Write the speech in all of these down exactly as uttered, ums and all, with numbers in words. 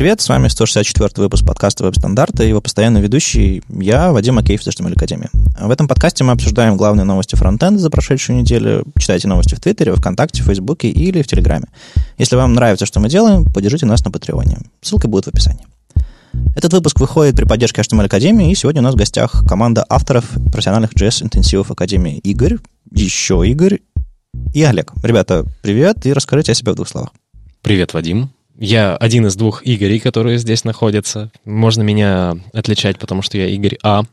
привет, с вами сто шестьдесят четвёртый выпуск подкаста «Веб-стандарты» и его постоянный ведущий, я, Вадим Макеев из эйч ти эм эль Академии. В этом подкасте мы обсуждаем главные новости фронтенда за прошедшую неделю. Читайте новости в Твиттере, ВКонтакте, в Фейсбуке или в Телеграме. Если вам нравится, что мы делаем, поддержите нас на Патреоне. Ссылка будет в описании. Этот выпуск выходит при поддержке эйч ти эм эль Академии, и сегодня у нас в гостях команда авторов профессиональных джей эс-интенсивов Академии Игорь, еще Игорь и Олег. Ребята, привет, и расскажите о себе в двух словах. Привет, Вадим. Я один из двух Игорей, которые здесь находятся. Можно меня отличать, потому что я Игорь А.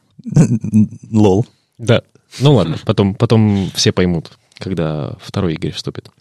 Лол. Да. Ну ладно, потом, потом все поймут, когда второй Игорь вступит.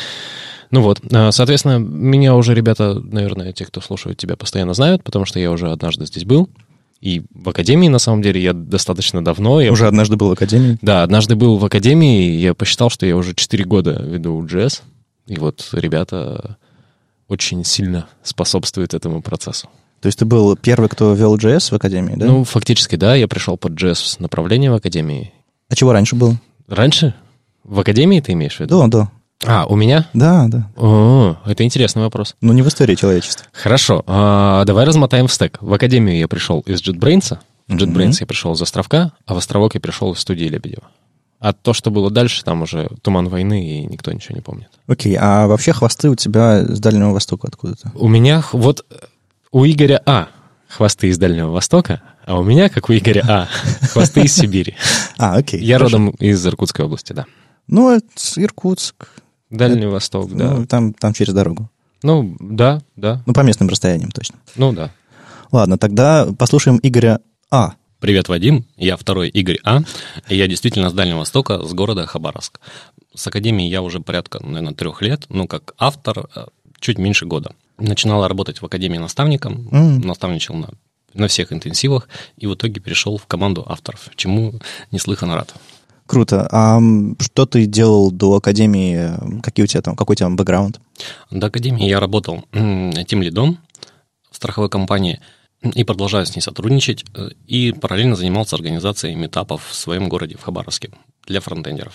Ну вот, соответственно, меня уже ребята, наверное, те, кто слушают тебя, постоянно знают, потому что я уже однажды здесь был. И в Академии, на самом деле, я достаточно давно... Я... Уже однажды был в Академии? Да, однажды был в Академии, и я посчитал, что я уже четыре года веду джей эс. И вот ребята очень сильно способствуют этому процессу. То есть ты был первый, кто вел джей эс в Академии, да? Ну, фактически, да. Я пришел под джей эс направление в Академии. А чего раньше было? Раньше? В Академии ты имеешь в виду? Да, да. А, у меня? Да, да. О, это интересный вопрос. Ну, не в истории человечества. Хорошо. А, давай размотаем в стек. В Академию я пришел из JetBrains. В JetBrains mm-hmm. я пришел из Островка, а в Островок я пришел из студии Лебедева. А то, что было дальше, там уже туман войны, и никто ничего не помнит. Окей, а вообще хвосты у тебя с Дальнего Востока откуда-то? У меня, вот, у Игоря А. хвосты из Дальнего Востока, а у меня, как у Игоря А., хвосты из Сибири. А, окей. Я родом из Иркутской области, да. Ну, это Иркутск. Дальний это, Восток, да. Ну, там, там через дорогу. Ну, да, да. Ну, по местным расстояниям точно. Ну, да. Ладно, тогда послушаем Игоря А. Привет, Вадим. Я второй Игорь А. И я действительно с Дальнего Востока, с города Хабаровск. С Академией я уже порядка, наверное, трех лет, ну, как автор, чуть меньше года. Начинала работать в Академии наставником, mm. наставничал на, на всех интенсивах, и в итоге перешел в команду авторов, чему неслыханно рад. Круто. А что ты делал до Академии? Какие у тебя там, какой у тебя бэкграунд? До Академии я работал тимлидом в страховой компании, и продолжаю с ней сотрудничать, и параллельно занимался организацией митапов в своем городе, в Хабаровске, для фронтендеров.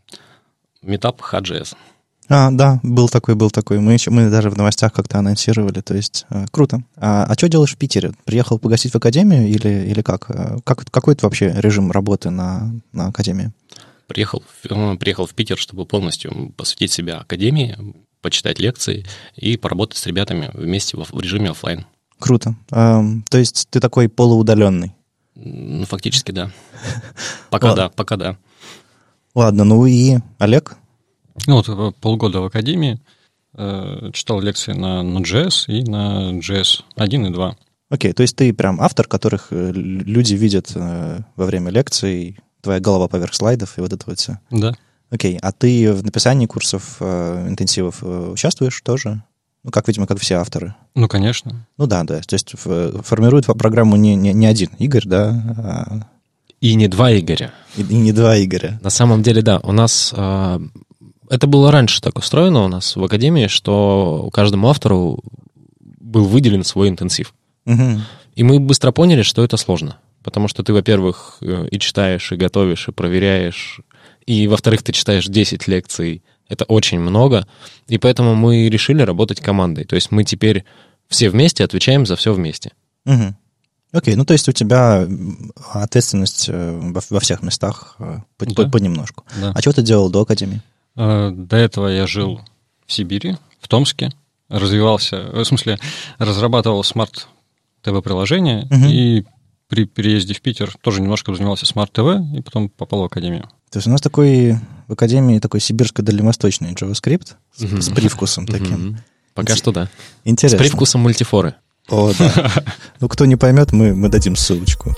Митап эйч джей эс. А, да, был такой, был такой. Мы, еще, мы даже в новостях как-то анонсировали, то есть э, круто. А, а что делаешь в Питере? Приехал погостить в Академию или, или как? как? Какой это вообще режим работы на, на Академии? Приехал, приехал в Питер, чтобы полностью посвятить себя Академии, почитать лекции и поработать с ребятами вместе в, в режиме офлайн. Круто. А, то есть ты такой полуудаленный? Ну, фактически, да. Пока да, пока да. Ладно, ну и Олег? Ну вот полгода в Академии, э, читал лекции на, на джей эс и на джей эс один и два. Окей, то есть ты прям автор, которых люди видят э, во время лекций, твоя голова поверх слайдов и вот это вот все? Да. Окей, а ты в написании курсов э, интенсивов э, участвуешь тоже? Ну, как, видимо, как все авторы. Ну, конечно. Ну да, да. То есть формирует программу не, не, не один Игорь, да? А... И не два Игоря. И, и не два Игоря. На самом деле, да. У нас... Э, это было раньше так устроено у нас в Академии, что каждому автору был выделен свой интенсив. Угу. И мы быстро поняли, что это сложно. Потому что ты, во-первых, и читаешь, и готовишь, и проверяешь. И, во-вторых, ты читаешь десять лекций. Это очень много, и поэтому мы решили работать командой. То есть мы теперь все вместе отвечаем за все вместе. Угу. Окей, ну то есть у тебя ответственность во, во всех местах по, да. понемножку. Да. А что ты делал до Академии? До этого я жил в Сибири, в Томске, развивался, в смысле, разрабатывал смарт-ТВ-приложение, угу. и при переезде в Питер тоже немножко занимался смарт-ТВ, и потом попал в Академию. То есть у нас такой в Академии такой сибирско-дальневосточный JavaScript mm-hmm. с, с привкусом таким. Mm-hmm. Пока Ин- что да. Интересно. С привкусом мультифоры. О, да. Ну, кто не поймет, мы, мы дадим ссылочку.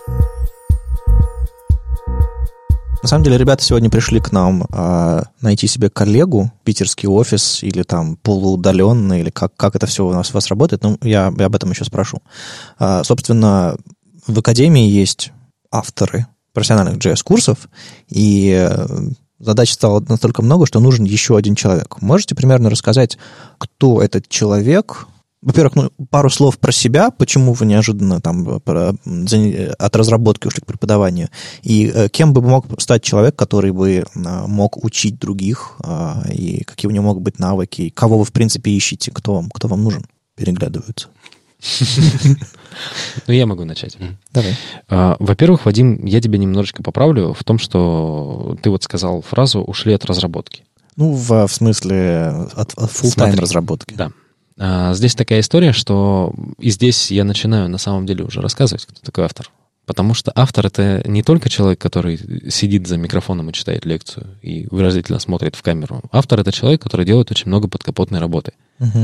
На самом деле, ребята сегодня пришли к нам а, найти себе коллегу, питерский офис, или там полуудаленный, или как, как это все у нас у вас работает. Ну, я, я об этом еще спрошу. А, собственно, в Академии есть авторы профессиональных джей эс-курсов, и задач стало настолько много, что нужен еще один человек. Можете примерно рассказать, кто этот человек? Во-первых, ну, пару слов про себя, почему вы неожиданно там про, от разработки ушли к преподаванию, и кем бы мог стать человек, который бы мог учить других, и какие у него могут быть навыки, и кого вы, в принципе, ищете, кто вам, кто вам нужен, переглядываются. Ну, я могу начать. Давай. Во-первых, Вадим, я тебя немножечко поправлю в том, что ты вот сказал фразу «ушли от разработки». Ну, в, в смысле от, от full-time разработки. Да. А, здесь такая история, что и здесь я начинаю на самом деле уже рассказывать, кто такой автор. Потому что автор — это не только человек, который сидит за микрофоном и читает лекцию и выразительно смотрит в камеру. Автор — это человек, который делает очень много подкапотной работы. Угу.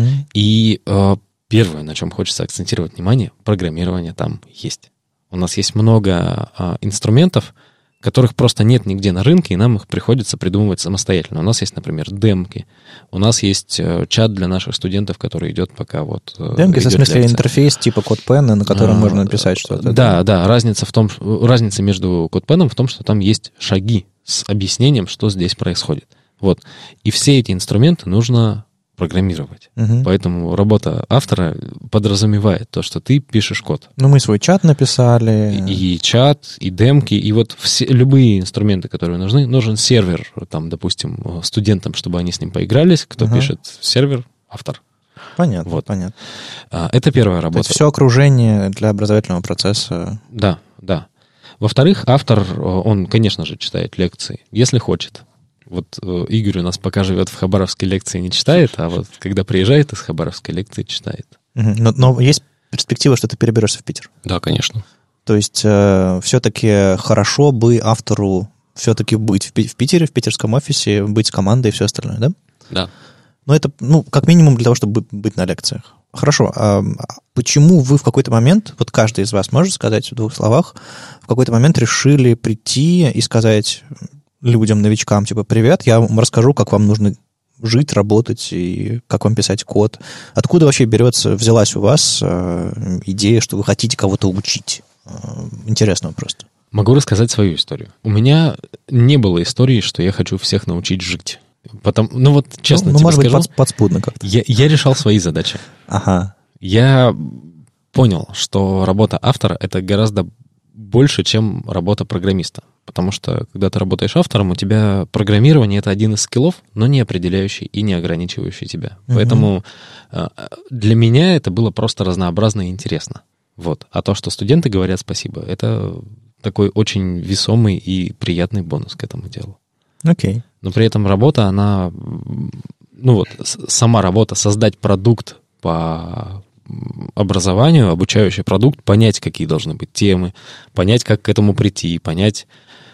И э, первое, на чем хочется акцентировать внимание, программирование там есть. У нас есть много э, инструментов, которых просто нет нигде на рынке, и нам их приходится придумывать самостоятельно. У нас есть, например, демки. У нас есть э, чат для наших студентов, который идет пока вот... Э, демки, в смысле лекция. Интерфейс типа CodePen, на котором а, можно написать что-то. Да, да, разница в том, разница между CodePen в том, что там есть шаги с объяснением, что здесь происходит. Вот. И все эти инструменты нужно программировать. Угу. Поэтому работа автора подразумевает то, что ты пишешь код. Ну, мы свой чат написали. И, и чат, и демки, и вот все, любые инструменты, которые нужны. Нужен сервер, там, допустим, студентам, чтобы они с ним поигрались. Кто угу. пишет сервер? Автор. Понятно, вот. понятно. Это первая работа. То есть все окружение для образовательного процесса. Да, да. Во-вторых, автор, он, конечно же, читает лекции, если хочет. Вот э, Игорь у нас пока живет в хабаровской лекции, не читает, а вот когда приезжает из хабаровской лекции, читает. Угу. Но, но есть перспектива, что ты переберешься в Питер? Да, конечно. То есть э, все-таки хорошо бы автору все-таки быть в, в Питере, в питерском офисе, быть с командой и все остальное, да? Да. Но это, ну, как минимум для того, чтобы быть на лекциях. Хорошо, а почему вы в какой-то момент, вот каждый из вас может сказать в двух словах, в какой-то момент решили прийти и сказать... людям, новичкам, типа, привет, я вам расскажу, как вам нужно жить, работать и как вам писать код. Откуда вообще берется, взялась у вас э, идея, что вы хотите кого-то учить? Э, интересно просто. Могу рассказать свою историю. У меня не было истории, что я хочу всех научить жить. Потом, ну вот, честно ну, ну, тебе может скажу, быть, подспудно как-то. Я, я решал свои задачи. Ага. Я понял, что работа автора — это гораздо больше, чем работа программиста. Потому что, когда ты работаешь автором, у тебя программирование — это один из скиллов, но не определяющий и не ограничивающий тебя. Uh-huh. Поэтому для меня это было просто разнообразно и интересно. Вот. А то, что студенты говорят спасибо, это такой очень весомый и приятный бонус к этому делу. Окей. Okay. Но при этом работа, она... Ну вот, сама работа, создать продукт по... образованию, обучающий продукт, понять, какие должны быть темы, понять, как к этому прийти, понять...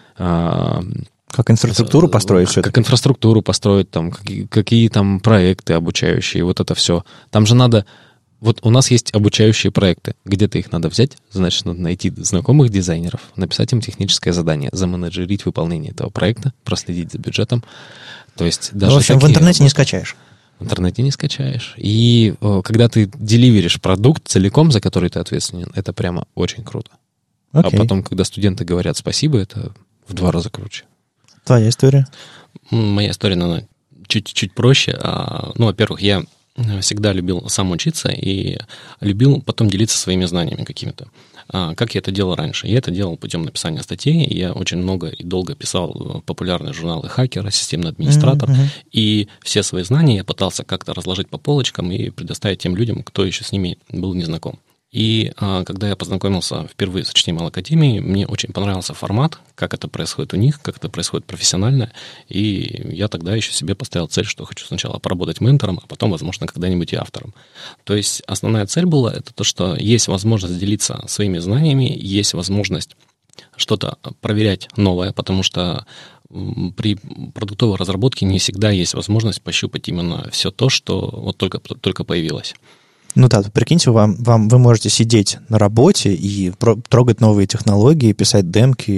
А, как инфраструктуру построить все это. Как инфраструктуру построить, там, какие, какие там проекты обучающие, вот это все. Там же надо... Вот у нас есть обучающие проекты. Где-то их надо взять, значит, надо найти знакомых дизайнеров, написать им техническое задание, заменеджерить выполнение этого проекта, проследить за бюджетом. То есть даже... Ну, в общем, в интернете не скачаешь. В интернете не скачаешь. И о, когда ты деливеришь продукт целиком, за который ты ответственен, это прямо очень круто. Okay. А потом, когда студенты говорят спасибо, это в два раза круче. Твоя история? Моя история, наверное, чуть-чуть проще. Ну, во-первых, я всегда любил сам учиться и любил потом делиться своими знаниями какими-то. Как я это делал раньше? Я это делал путем написания статей. Я очень много и долго писал популярные журналы «Хакера», «Системный администратор». Mm-hmm. И все свои знания я пытался как-то разложить по полочкам и предоставить тем людям, кто еще с ними был не знаком. И а, когда я познакомился впервые с эйч ти эм эл-академией, мне очень понравился формат, как это происходит у них, как это происходит профессионально. И я тогда еще себе поставил цель, что хочу сначала поработать ментором, а потом, возможно, когда-нибудь и автором. То есть основная цель была это то, что есть возможность делиться своими знаниями, есть возможность что-то проверять новое, потому что при продуктовой разработке не всегда есть возможность пощупать именно все то, что вот только, только появилось. Ну да, прикиньте, вам, вам, вы можете сидеть на работе и про, трогать новые технологии, писать демки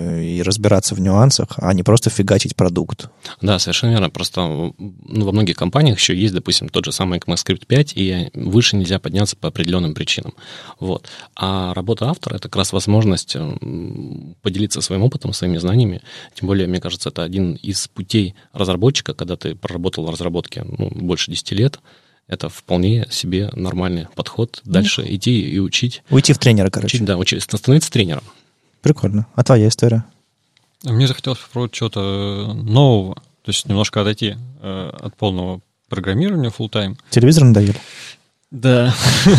и разбираться в нюансах, а не просто фигачить продукт. Да, совершенно верно. Просто ну, во многих компаниях еще есть, допустим, тот же самый ECMAScript пять, и выше нельзя подняться по определенным причинам. Вот. А работа автора — это как раз возможность поделиться своим опытом, своими знаниями. Тем более, мне кажется, это один из путей разработчика, когда ты проработал в разработке ну, больше десяти лет. Это вполне себе нормальный подход. Дальше ну, идти и учить. Уйти в тренера, короче. Учить, да, учить, становиться тренером. Прикольно. А твоя история? Мне захотелось попробовать чего-то нового. То есть немножко отойти э, от полного программирования full-time. Телевизор надоели? Да.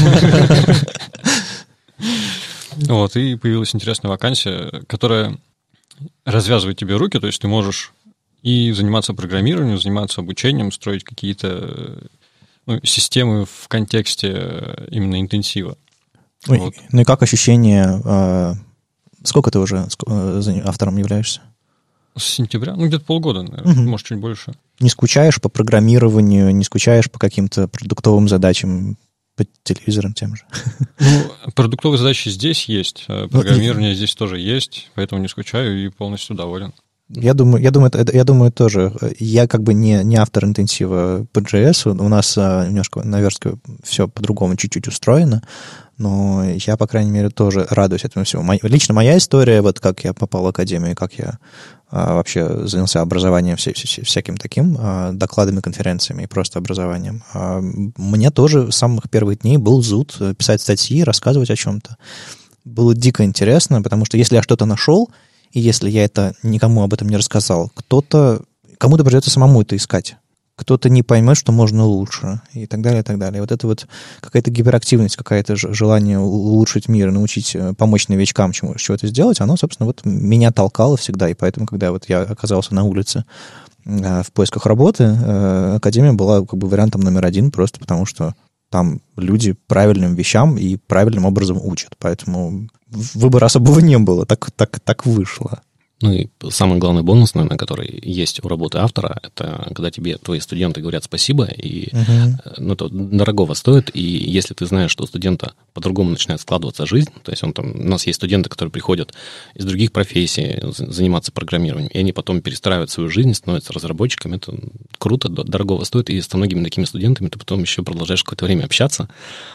Вот, и появилась интересная вакансия, которая развязывает тебе руки, то есть ты можешь и заниматься программированием, заниматься обучением, строить какие-то ну, системы в контексте именно интенсива. Ой, Вот. Ну и как ощущение? Э, сколько ты уже автором являешься? С сентября, ну где-то полгода, наверное, Угу. может, чуть больше. Не скучаешь по программированию, не скучаешь по каким-то продуктовым задачам, по телевизорам тем же? Ну, продуктовые задачи здесь есть, а программирование здесь тоже есть, поэтому не скучаю и полностью доволен. Я думаю, я думаю, это, я думаю, тоже. Я как бы не, не автор интенсива по джей эс. У нас а, немножко на Верстке все по-другому чуть-чуть устроено, но я, по крайней мере, тоже радуюсь этому всему. Мой, лично моя история, вот как я попал в академию, как я а, вообще занялся образованием вся, вся, всяким таким, а, докладами, конференциями и просто образованием. А, мне тоже с самых первых дней был зуд писать статьи, рассказывать о чем-то. Было дико интересно, потому что если я что-то нашел, и если я это никому об этом не рассказал, кто-то, кому-то придется самому это искать. Кто-то не поймет, что можно лучше, и так далее, и так далее. Вот это вот какая-то гиперактивность, какое-то желание улучшить мир, научить, помочь новичкам чему, чего-то сделать, оно, собственно, вот меня толкало всегда. И поэтому, когда вот я оказался на улице в поисках работы, академия была как бы вариантом номер один, просто потому что там люди правильным вещам и правильным образом учат. Поэтому выбора особого не было, так, так, так вышло. Ну и самый главный бонус, наверное, который есть у работы автора, это когда тебе твои студенты говорят спасибо, и uh-huh. ну, это дорогого стоит, и если ты знаешь, что у студента по-другому начинает складываться жизнь, то есть он там, у нас есть студенты, которые приходят из других профессий заниматься программированием, и они потом перестраивают свою жизнь, становятся разработчиками, это круто, дорогого стоит, и с многими такими студентами ты потом еще продолжаешь какое-то время общаться,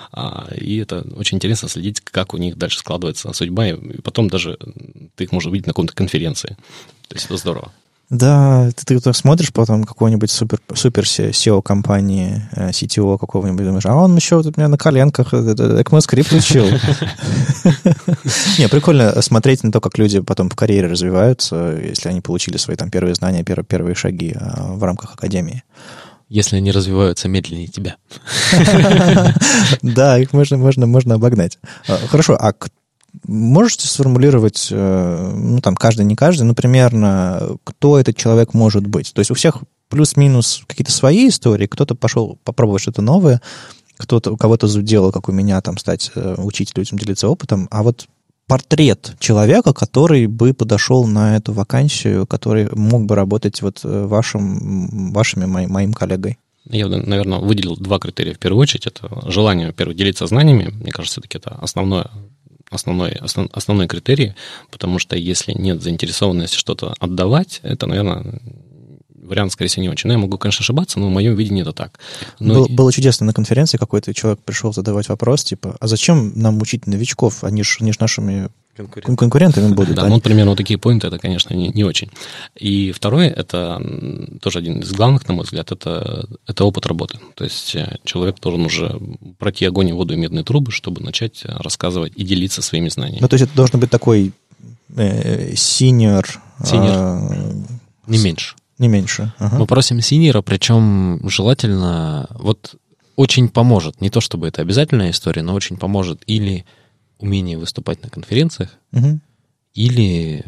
и это очень интересно следить, как у них дальше складывается судьба, и потом даже ты их можешь увидеть на каком-то конференции. То есть это здорово. Да, ты, ты смотришь потом какой-нибудь супер, супер си и о-компании, си ти о какого-нибудь, думаешь, а он еще тут у меня на коленках ECMAScript учил. Не, прикольно смотреть на то, как люди потом в карьере развиваются, если они получили свои там первые знания, первые шаги в рамках академии. Если они развиваются медленнее тебя. Да, их можно, можно, можно обогнать. Хорошо, а можете сформулировать, ну, там, каждый, не каждый, но примерно, кто этот человек может быть? То есть у всех плюс-минус какие-то свои истории, кто-то пошел попробовать что-то новое, кто-то, у кого-то зудело, как у меня, там, стать, учить людям делиться опытом, а вот портрет человека, который бы подошел на эту вакансию, который мог бы работать вот вашим, вашими, моим, моим коллегой? Я, наверное, выделил два критерия. В первую очередь, это желание, во-первых, делиться знаниями. Мне кажется, все-таки это основное, основной, основ, основной критерий, потому что если нет заинтересованности что-то отдавать, это, наверное, вариант, скорее всего, не очень. Но я могу, конечно, ошибаться, но в моем видении это так. Но... Было, было чудесно на конференции, какой-то человек пришел задавать вопрос, типа, а зачем нам учить новичков? Они же они ж нашими Конкурент. конкурентами будут. Да, они... ну, вот примерно вот такие поинты, это, конечно, не, не очень. И второе, это тоже один из главных, на мой взгляд, это, это опыт работы. То есть человек должен уже пройти огонь и воду и медные трубы, чтобы начать рассказывать и делиться своими знаниями. Ну, то есть это должен быть такой синьор... Э, синьор. Не меньше. Не меньше. Ага. Мы просим синьора, причем желательно... Вот очень поможет, не то чтобы это обязательная история, но очень поможет или умение выступать на конференциях, угу. или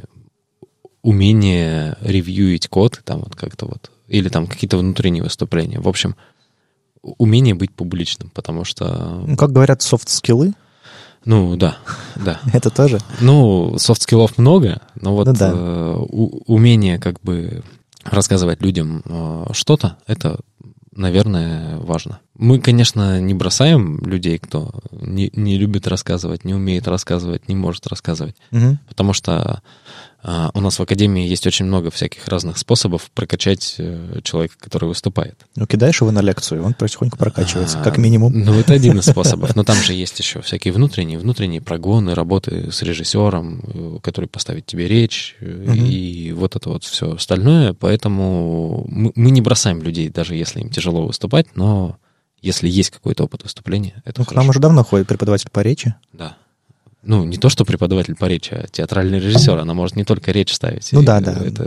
умение ревьюить код, там вот как-то вот, или там какие-то внутренние выступления. В общем, умение быть публичным, потому что... Ну, как говорят, софт-скиллы? Ну, да, да. Это тоже? Ну, софт-скиллов много, но вот ну, да. э, у, умение как бы рассказывать людям э, что-то, это, наверное, важно. Мы, конечно, не бросаем людей, кто не, не любит рассказывать, не умеет рассказывать, не может рассказывать, угу. потому что э, у нас в академии есть очень много всяких разных способов прокачать э, человека, который выступает. Ну, кидаешь его на лекцию, он потихоньку прокачивается, а, как минимум. Ну, это один из способов, но там же есть еще всякие внутренние, внутренние прогоны, работы с режиссером, который поставит тебе речь, угу. и вот это вот все остальное, поэтому мы, мы не бросаем людей, даже если им тяжело выступать, но если есть какой-то опыт выступления, это ну, хорошо. К нам уже давно ходит преподаватель по речи. Да. Ну, не то, что преподаватель по речи, а театральный режиссер. Она может не только речь ставить. Ну да, да. Это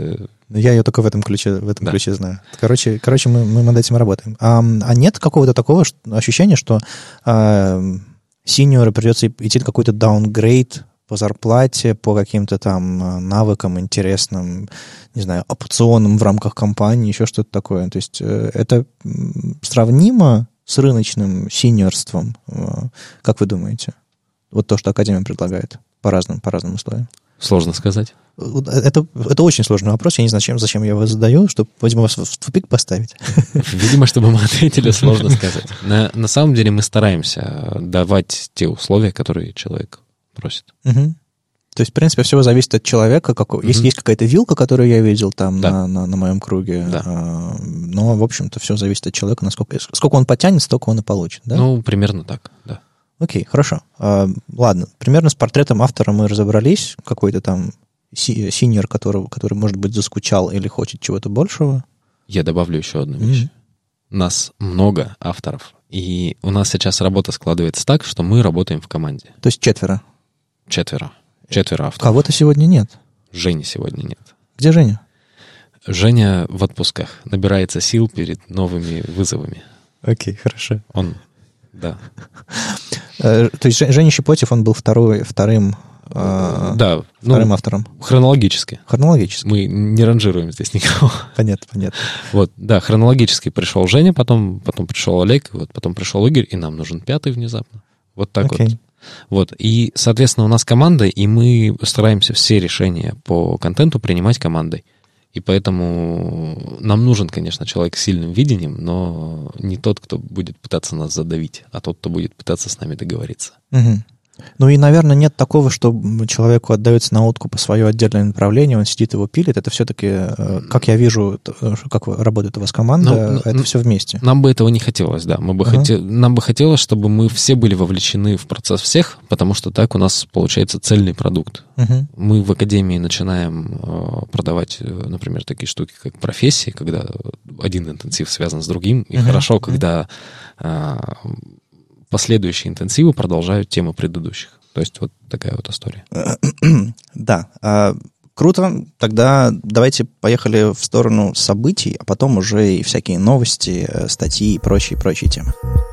Я ее только в этом ключе, в этом Да. ключе знаю. Короче, короче мы, мы над этим работаем. А, а нет какого-то такого ш- ощущения, что а, синьору придется идти на какой-то даунгрейд по зарплате, по каким-то там а, навыкам интересным, не знаю, опционным в рамках компании, еще что-то такое. То есть э, это м, сравнимо с рыночным синьорством, э, как вы думаете? Вот то, что Академия предлагает по разным, по разным условиям. Сложно сказать. Это, это очень сложный вопрос. Я не знаю, зачем, зачем я его задаю, чтобы, видимо, вас в тупик поставить. Видимо, чтобы мы ответили, сложно сказать. На, на самом деле мы стараемся давать те условия, которые человек просит. Угу. То есть, в принципе, все зависит от человека. Как... Угу. Есть, есть какая-то вилка, которую я видел там да. на, на, на моем круге. Да. А, но, в общем-то, все зависит от человека. Насколько, сколько он потянет, столько он и получит. Да? Ну, примерно так, да. Окей, хорошо. А, ладно, примерно с портретом автора мы разобрались. Какой-то там си- синьор, который, который, может быть, заскучал или хочет чего-то большего. Я добавлю еще одну вещь. Mm-hmm. Нас много авторов, и у нас сейчас работа складывается так, что мы работаем в команде. То есть четверо? Четверо. Четверо авторов. Кого-то сегодня нет? Жени сегодня нет. Где Женя? Женя в отпусках. Набирается сил перед новыми вызовами. Окей, хорошо. Он, да. То есть Женя Щепотев, он был второй, вторым, да, вторым ну, автором? Хронологически. Хронологически. Мы не ранжируем здесь никого. Понятно, понятно. Вот, да, хронологически пришел Женя, потом, потом пришел Олег, вот, потом пришел Игорь, и нам нужен пятый внезапно. Вот так Окей. вот. Вот, и, соответственно, у нас команда, и мы стараемся все решения по контенту принимать командой. И поэтому нам нужен, конечно, человек с сильным видением, но не тот, кто будет пытаться нас задавить, а тот, кто будет пытаться с нами договориться. Угу. Ну и, наверное, нет такого, что человеку отдается на откуп свое отдельное направление, он сидит его пилит. Это все-таки, как я вижу, как работает у вас команда, ну, это ну, все вместе. Нам бы этого не хотелось, да. Мы бы ага. хоте... Нам бы хотелось, чтобы мы все были вовлечены в процесс всех, потому что так у нас получается цельный продукт. Угу. Мы в Академии начинаем продавать, например, такие штуки, как профессии, когда один интенсив связан с другим, и угу. хорошо, когда... последующие интенсивы продолжают темы предыдущих. То есть вот такая вот история. Да. А, круто. Тогда давайте поехали в сторону событий, а потом уже и всякие новости, статьи и прочие-прочие темы.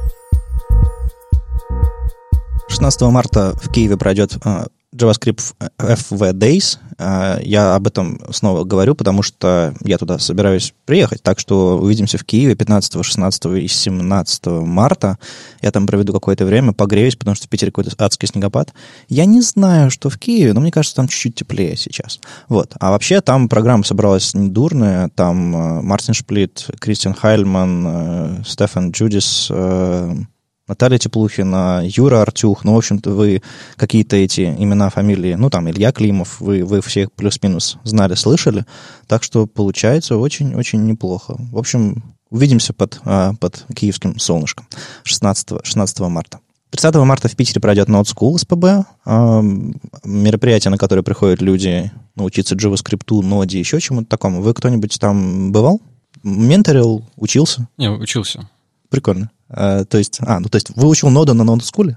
шестнадцатого марта в Киеве пройдет JavaScript эф ви Days. Я об этом снова говорю, потому что я туда собираюсь приехать. Так что увидимся в Киеве пятнадцатого, шестнадцатого и семнадцатого марта. Я там проведу какое-то время, погреюсь, потому что в Питере какой-то адский снегопад. Я не знаю, что в Киеве, но мне кажется, там чуть-чуть теплее сейчас. Вот. А вообще там программа собралась недурная. Там Мартин Шплит, Кристиан Хайльман, Стефан Джудис, Наталья Теплухина, Юра Артюх, ну, в общем-то, вы какие-то эти имена, фамилии, ну, там, Илья Климов, вы, вы все плюс-минус знали, слышали, так что получается очень-очень неплохо. В общем, увидимся под, под киевским солнышком шестнадцатого марта. тридцатого марта в Питере пройдет Node School эс пи би, мероприятие, на которое приходят люди научиться JavaScript, Node, еще чему-то такому. Вы кто-нибудь там бывал? Менторил, учился? Не, учился. Прикольно. А, то есть, а, ну то есть выучил ноду на Node School?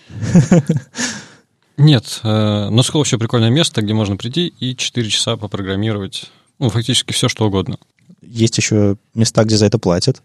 Нет, Node School вообще прикольное место, где можно прийти и четыре часа попрограммировать, ну, фактически все, что угодно. Есть еще места, где за это платят.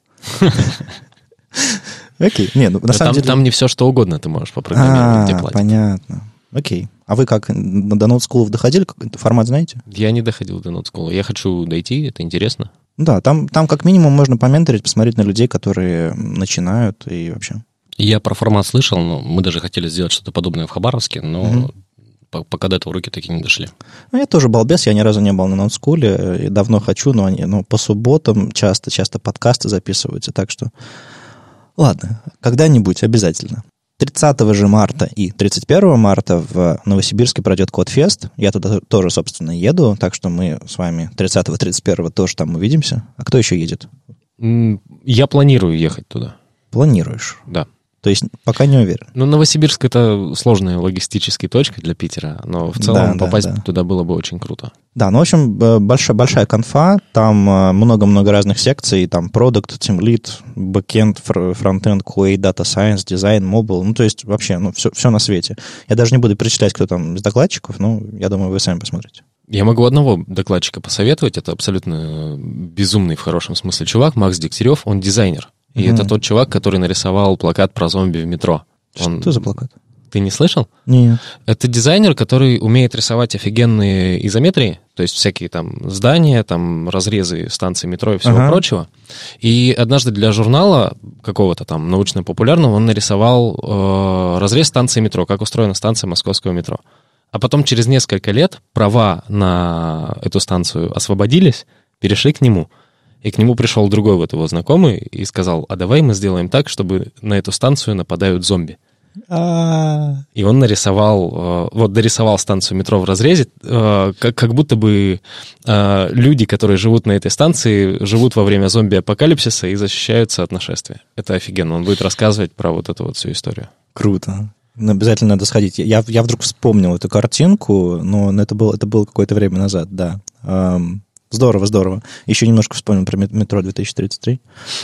Окей, не, ну на самом деле... Там не все, что угодно ты можешь попрограммировать, где платят. Понятно. Окей. А вы как, до Node School доходили? Формат знаете? Я не доходил до Node School. Я хочу дойти, это интересно. Да, там, там как минимум можно поменторить, посмотреть на людей, которые начинают и вообще. Я про формат слышал, но мы даже хотели сделать что-то подобное в Хабаровске, но угу. пока до этого руки таки не дошли. Ну, я тоже балбес, я ни разу не был на Node School, и давно хочу, но они ну, по субботам часто-часто подкасты записываются, так что ладно, когда-нибудь обязательно. тридцатого же марта и тридцать первого марта в Новосибирске пройдет Кодфест. Я туда тоже, собственно, еду, так что мы с вами тридцатого тридцать первого тоже там увидимся. А кто еще едет? Я планирую ехать туда. Планируешь? Да. То есть пока не уверен? Ну, Новосибирск — это сложная логистическая точка для Питера, но в целом да, попасть да, да. туда было бы очень круто. Да, ну, в общем, большая, большая конфа, там много-много разных секций, там продукт, тимлид, бэкэнд, фронтенд, кью эй, дата сайенс, дизайн, мобил, ну, то есть вообще, ну, все, все на свете. Я даже не буду перечислять, кто там из докладчиков, но я думаю, вы сами посмотрите. Я могу одного докладчика посоветовать, это абсолютно безумный в хорошем смысле чувак, Макс Дегтярев, он дизайнер. И mm-hmm. это тот чувак, который нарисовал плакат про зомби в метро. Он... Что за плакат? Ты не слышал? Нет. Это дизайнер, который умеет рисовать офигенные изометрии, то есть всякие там здания, там разрезы станций метро и всего ага. прочего. И однажды для журнала какого-то там научно-популярного он нарисовал э, разрез станции метро, как устроена станция московского метро. А потом через несколько лет права на эту станцию освободились, перешли к нему. И к нему пришел другой вот его знакомый и сказал, а давай мы сделаем так, чтобы на эту станцию нападают зомби. А-а-а. И он нарисовал, вот дорисовал станцию метро в разрезе, как, как будто бы люди, которые живут на этой станции, живут во время зомби-апокалипсиса и защищаются от нашествия. Это офигенно. Он будет рассказывать про вот эту вот всю историю. Круто. Обязательно надо сходить. Я, я вдруг вспомнил эту картинку, но это было, это было какое-то время назад, да. Здорово, здорово. Еще немножко вспомнил про метро две тысячи тридцать три.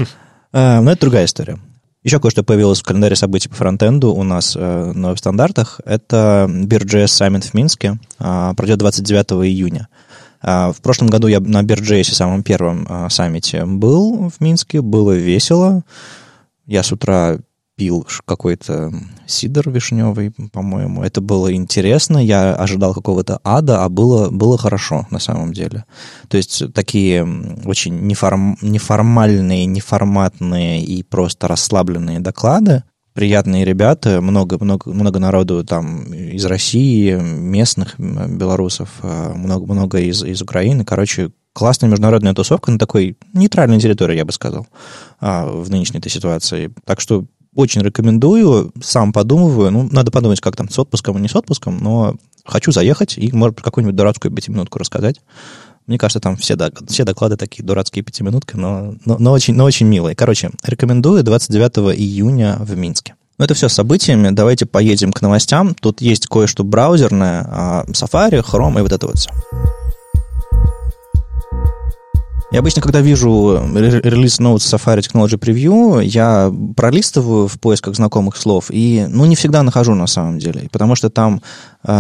Но это другая история. Еще кое-что появилось в календаре событий по фронтенду у нас э, на веб-стандартах. Это Beer.js Summit в Минске. Э, пройдет двадцать девятого июня. Э, в прошлом году я на Beer.js, самом первом э, саммите, был в Минске. Было весело. Я с утра пил какой-то сидр вишневый, по-моему. Это было интересно. Я ожидал какого-то ада, а было, было хорошо на самом деле. То есть такие очень неформ, неформальные, неформатные и просто расслабленные доклады. Приятные ребята, много, много, много народу там из России, местных белорусов, много, много из, из Украины. Короче, классная международная тусовка на такой нейтральной территории, я бы сказал, в нынешней этой ситуации. Так что очень рекомендую, сам подумываю. Ну, надо подумать, как там, с отпуском и не с отпуском, но хочу заехать и, может, какую-нибудь дурацкую пятиминутку рассказать. Мне кажется, там все, все доклады такие дурацкие пятиминутки, но, но, но, очень, но очень милые. Короче, рекомендую двадцать девятого июня в Минске. Ну, это все с событиями. Давайте поедем к новостям. Тут есть кое-что браузерное, Safari, Chrome и вот это вот все. Я обычно, когда вижу релиз Notes Safari Technology Preview, я пролистываю в поисках знакомых слов и, ну, не всегда нахожу на самом деле, потому что там э,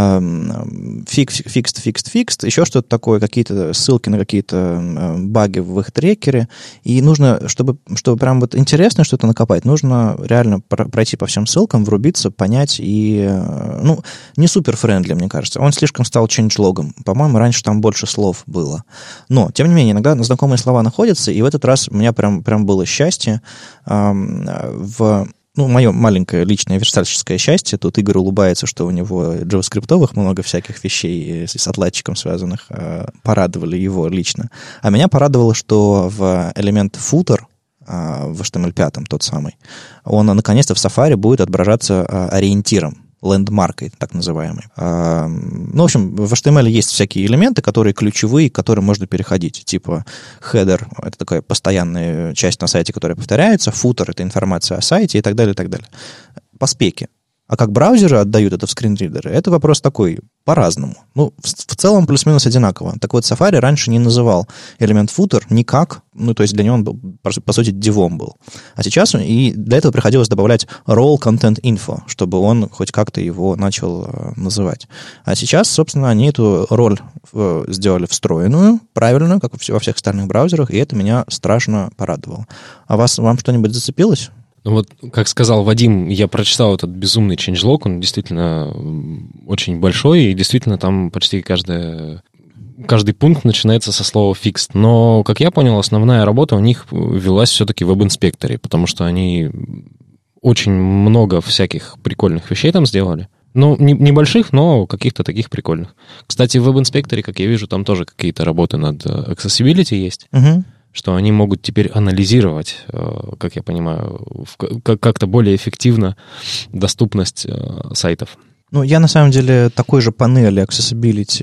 fixed, fixed, fixed, fixed, еще что-то такое, какие-то ссылки на какие-то баги в их трекере, и нужно, чтобы, чтобы прям вот интересно что-то накопать, нужно реально пройти по всем ссылкам, врубиться, понять, и, ну, не супер-френдли, мне кажется. Он слишком стал changelog'ом. По-моему, раньше там больше слов было. Но, тем не менее, иногда на знакомые слова находятся, и в этот раз у меня прям, прям было счастье эм, в... Ну, мое маленькое личное верстальщическое счастье. Тут Игорь улыбается, что у него джаваскриптовых много всяких вещей с отладчиком связанных. Э, порадовали его лично. А меня порадовало, что в элемент footer э, в эйч ти эм эль пять, тот самый, он наконец-то в Safari будет отображаться э, ориентиром, лендмаркой, так называемой. А, ну, в общем, в эйч ти эм эль есть всякие элементы, которые ключевые, к которым можно переходить. Типа header — это такая постоянная часть на сайте, которая повторяется, footer — это информация о сайте и так далее, и так далее. По спеке. А как браузеры отдают это в скринридеры, это вопрос такой, по-разному. Ну, в, в целом плюс-минус одинаково. Так вот, Safari раньше не называл элемент footer никак, ну, то есть для него он, был, по, по сути, дивом был. А сейчас и для этого приходилось добавлять role content info, чтобы он хоть как-то его начал э, называть. А сейчас, собственно, они эту роль э, сделали встроенную, правильную, как во всех остальных браузерах, и это меня страшно порадовало. А вас, вам что-нибудь зацепилось? Ну вот, как сказал Вадим, я прочитал этот безумный changelog, он действительно очень большой, и действительно там почти каждая, каждый пункт начинается со слова fixed. Но, как я понял, основная работа у них велась все-таки в веб-инспекторе, потому что они очень много всяких прикольных вещей там сделали. Ну, не, небольших, но каких-то таких прикольных. Кстати, в веб-инспекторе, как я вижу, там тоже какие-то работы над accessibility есть. Uh-huh. Что они могут теперь анализировать, как я понимаю, как-то более эффективно доступность сайтов. Ну, я на самом деле такой же панели accessibility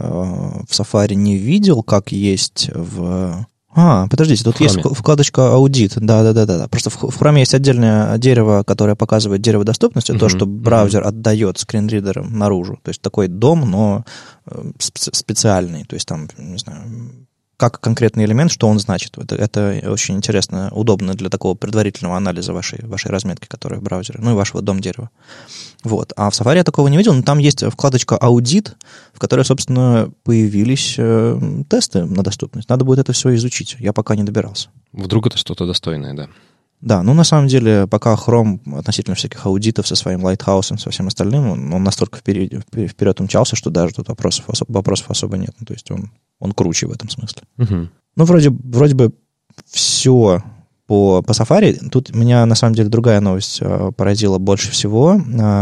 в Safari не видел, как есть в... А, подождите, тут есть вкладочка аудит. Да-да-да. Просто в, в Chrome есть отдельное дерево, которое показывает дерево доступности, mm-hmm. то, что браузер mm-hmm. отдает скринридерам наружу. То есть такой дом, но специ- специальный. То есть там, не знаю... как конкретный элемент, что он значит. Это, это очень интересно, удобно для такого предварительного анализа вашей, вашей разметки, которая в браузере, ну и вашего дом-дерева. Вот. А в Safari я такого не видел, но там есть вкладочка «Аудит», в которой, собственно, появились э, тесты на доступность. Надо будет это все изучить. Я пока не добирался. Вдруг это что-то достойное, да. Да, ну на самом деле, пока Chrome относительно всяких аудитов со своим Lighthouse, со всем остальным, он, он настолько вперед, вперед умчался, что даже тут вопросов, особ, вопросов особо нет. Ну, то есть он, он круче в этом смысле. Угу. Ну, вроде, вроде бы все по, по Safari. Тут меня, на самом деле, другая новость поразила больше всего.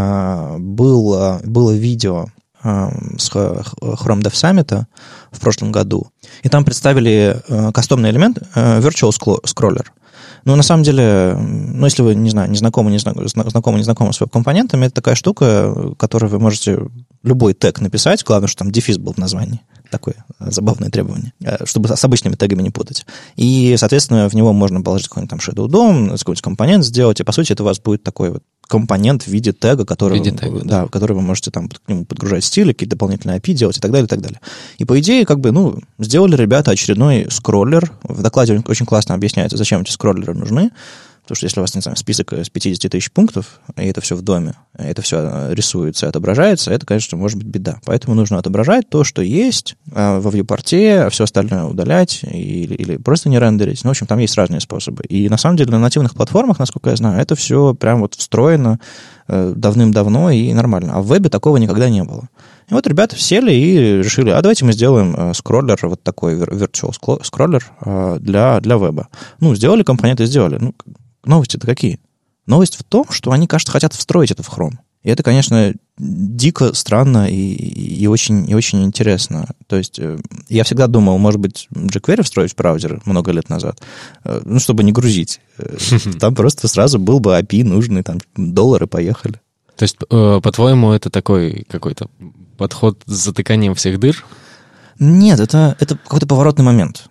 Было, было видео с Chrome Dev Summit в прошлом году, и там представили кастомный элемент Virtual Scroller. Ну, на самом деле, ну, если вы, не знаю, не знакомы, не знакомы, знакомы, не знакомы с веб-компонентами, это такая штука, которую вы можете любой тег написать, главное, что там дефис был в названии. Такое забавное требование, чтобы с обычными тегами не путать. И, соответственно, в него можно положить какой-нибудь там Shadow дом, какой-нибудь компонент сделать, и, по сути, это у вас будет такой вот компонент в виде тега, который, виде тега, да, да. который вы можете там к нему подгружать стили, какие-то дополнительные эй пи делать и так далее, и так далее. И, по идее, как бы, ну, сделали ребята очередной скроллер. В докладе очень классно объясняется, зачем эти скроллеры нужны. Потому что если у вас, не знаю, список из пятьдесят тысяч пунктов, и это все в доме, и это все рисуется и отображается, это, конечно, может быть беда. Поэтому нужно отображать то, что есть во вьюпорте, а все остальное удалять или, или просто не рендерить. Ну, в общем, там есть разные способы. И на самом деле на нативных платформах, насколько я знаю, это все прям вот встроено давным-давно и нормально. А в вебе такого никогда не было. И вот ребята сели и решили, а давайте мы сделаем скроллер, вот такой virtual скроллер для, для веба. Ну, сделали компоненты, сделали. Ну, новости-то какие? Новость в том, что они, кажется, хотят встроить это в Chrome. И это, конечно, дико странно и, и, очень, и очень интересно. То есть я всегда думал, может быть, jQuery встроить в браузер много лет назад, ну, чтобы не грузить. Там просто сразу был бы эй пи нужный, там, доллары, поехали. То есть, по-твоему, это такой какой-то подход с затыканием всех дыр? Нет, это, это какой-то поворотный момент.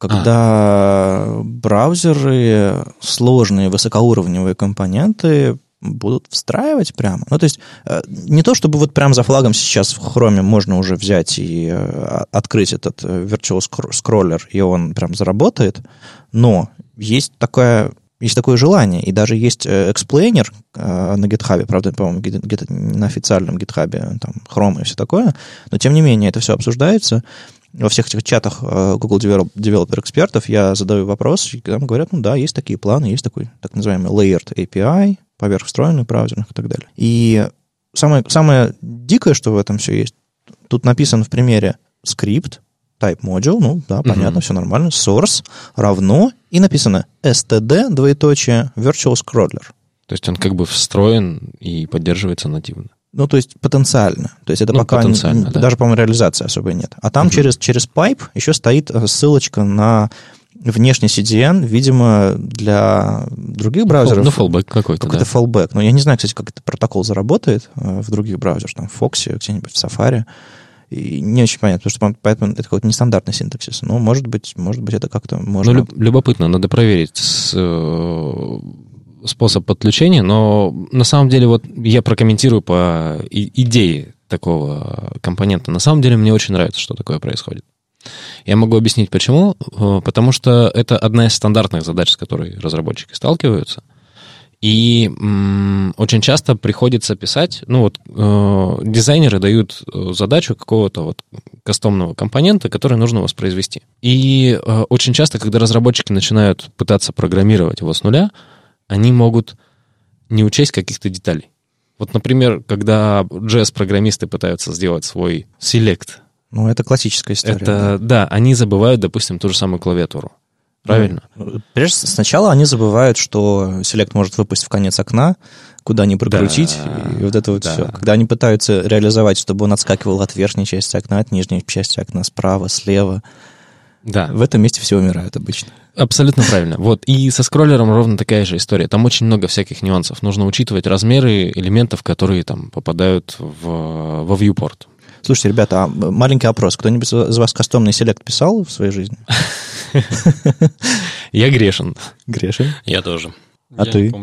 Когда а. браузеры, сложные высокоуровневые компоненты будут встраивать прямо. Ну, то есть не то, чтобы вот прямо за флагом сейчас в Chrome можно уже взять и открыть этот virtual scroller, и он прям заработает, но есть такая... Есть такое желание, и даже есть эксплейнер на GitHub, правда, по-моему, где-то на официальном GitHub, там, Chrome и все такое, но, тем не менее, это все обсуждается. Во всех этих чатах Google Developer экспертов я задаю вопрос, и там говорят, ну да, есть такие планы, есть такой так называемый layered эй пи ай, поверх встроенных браузерных и так далее. И самое, самое дикое, что в этом все есть, тут написан в примере скрипт, type module, ну да, понятно, uh-huh. все нормально, source равно, и написано std, двоеточие, virtual scroller. То есть он как бы встроен и поддерживается нативно. Ну, то есть потенциально. То есть это ну, пока не, да. даже, по-моему, реализации особой нет. А там uh-huh. через, через pipe еще стоит ссылочка на внешний си ди эн, видимо, для других браузеров. Ну, fallback какой-то, Какой-то да. fallback. Но я не знаю, кстати, как этот протокол заработает в других браузерах, там, в Fox, где-нибудь в Safari. И не очень понятно, потому что поэтому это какой-то нестандартный синтаксис. Но, может быть, может быть, это как-то можно... Ну, любопытно, надо проверить с, э, способ подключения, но на самом деле вот я прокомментирую по и, идее такого компонента. На самом деле мне очень нравится, что такое происходит. Я могу объяснить, почему. Потому что это одна из стандартных задач, с которой разработчики сталкиваются. И м, очень часто приходится писать, ну вот э, дизайнеры дают задачу какого-то вот кастомного компонента, который нужно воспроизвести. И э, очень часто, когда разработчики начинают пытаться программировать его с нуля, они могут не учесть каких-то деталей. Вот, например, когда джей эс-программисты пытаются сделать свой select. Ну, это классическая история. Это, да. да, они забывают, допустим, ту же самую клавиатуру. Правильно. Прежде сначала они забывают, что селект может выпасть в конец окна, куда не прокрутить, да, и вот это вот да. все. Когда они пытаются реализовать, чтобы он отскакивал от верхней части окна, от нижней части окна, справа, слева, да. в этом месте все умирают обычно. Абсолютно правильно. Вот. И со скроллером ровно такая же история. Там очень много всяких нюансов. Нужно учитывать размеры элементов, которые там попадают в, во viewport. Слушайте, ребята, а маленький опрос. Кто-нибудь из вас кастомный селект писал в своей жизни? Я грешен. Грешен? Я тоже. А Я ты? не помню.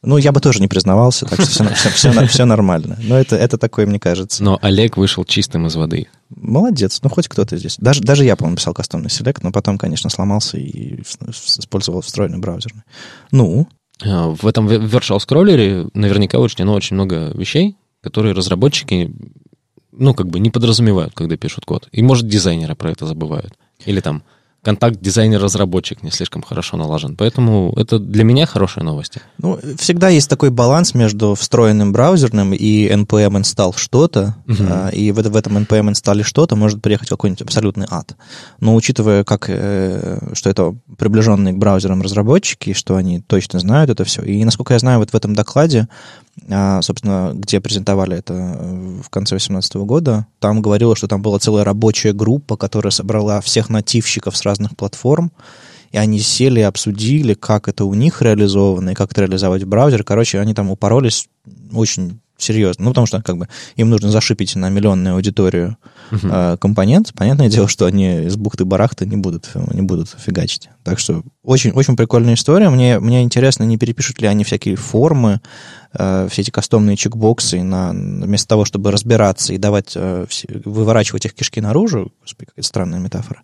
Ну, я бы тоже не признавался, так что все, все, все, все нормально. Но это, это такое, мне кажется. Но Олег вышел чистым из воды. Молодец. Ну, хоть кто-то здесь. Даже, даже я, по-моему, писал кастомный селект, но потом, конечно, сломался и использовал встроенный браузерный. Ну? В этом virtual scroller наверняка учтено очень много вещей, которые разработчики, ну, как бы не подразумевают, когда пишут код. И, может, дизайнеры про это забывают. Или там контакт дизайнер-разработчик не слишком хорошо налажен. Поэтому это для меня хорошие новости. Ну, всегда есть такой баланс между встроенным браузерным и эн пи эм install что-то, uh-huh. и в, в этом эн пи эм install что-то может приехать какой-нибудь абсолютный ад. Но учитывая, как, э, что это приближенные к браузерам разработчики, что они точно знают это все, и, насколько я знаю, вот в этом докладе, э, собственно, где презентовали это в конце две тысячи восемнадцатого года, там говорилось, что там была целая рабочая группа, которая собрала всех нативщиков с разных платформ, и они сели и обсудили, как это у них реализовано, и как это реализовать в браузере. Короче, они там упоролись очень серьезно. Ну, потому что как бы им нужно зашипить на миллионную аудиторию uh-huh. э, компонент. Понятное дело, что они из бухты-барахты не будут, не будут фигачить. Так что очень, очень прикольная история. Мне, мне интересно, не перепишут ли они всякие формы, э, все эти кастомные чекбоксы, на, вместо того, чтобы разбираться и давать, э, все, выворачивать их кишки наружу. Господи, какая странная метафора.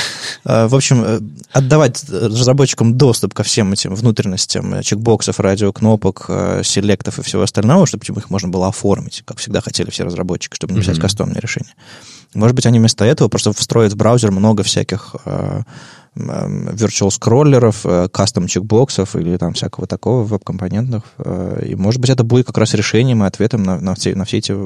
Э, в общем, э, отдавать разработчикам доступ ко всем этим внутренностям чекбоксов, радиокнопок, э, селектов и всего остального, чтобы их можно было оформить, как всегда хотели все разработчики, чтобы не писать mm-hmm. кастомные решения. Может быть, они вместо этого просто встроят в браузер много всяких э, э, virtual скроллеров, э, кастом чекбоксов или там всякого такого веб-компонентных. Э, и, может быть, это будет как раз решением и ответом на, на, все, на все эти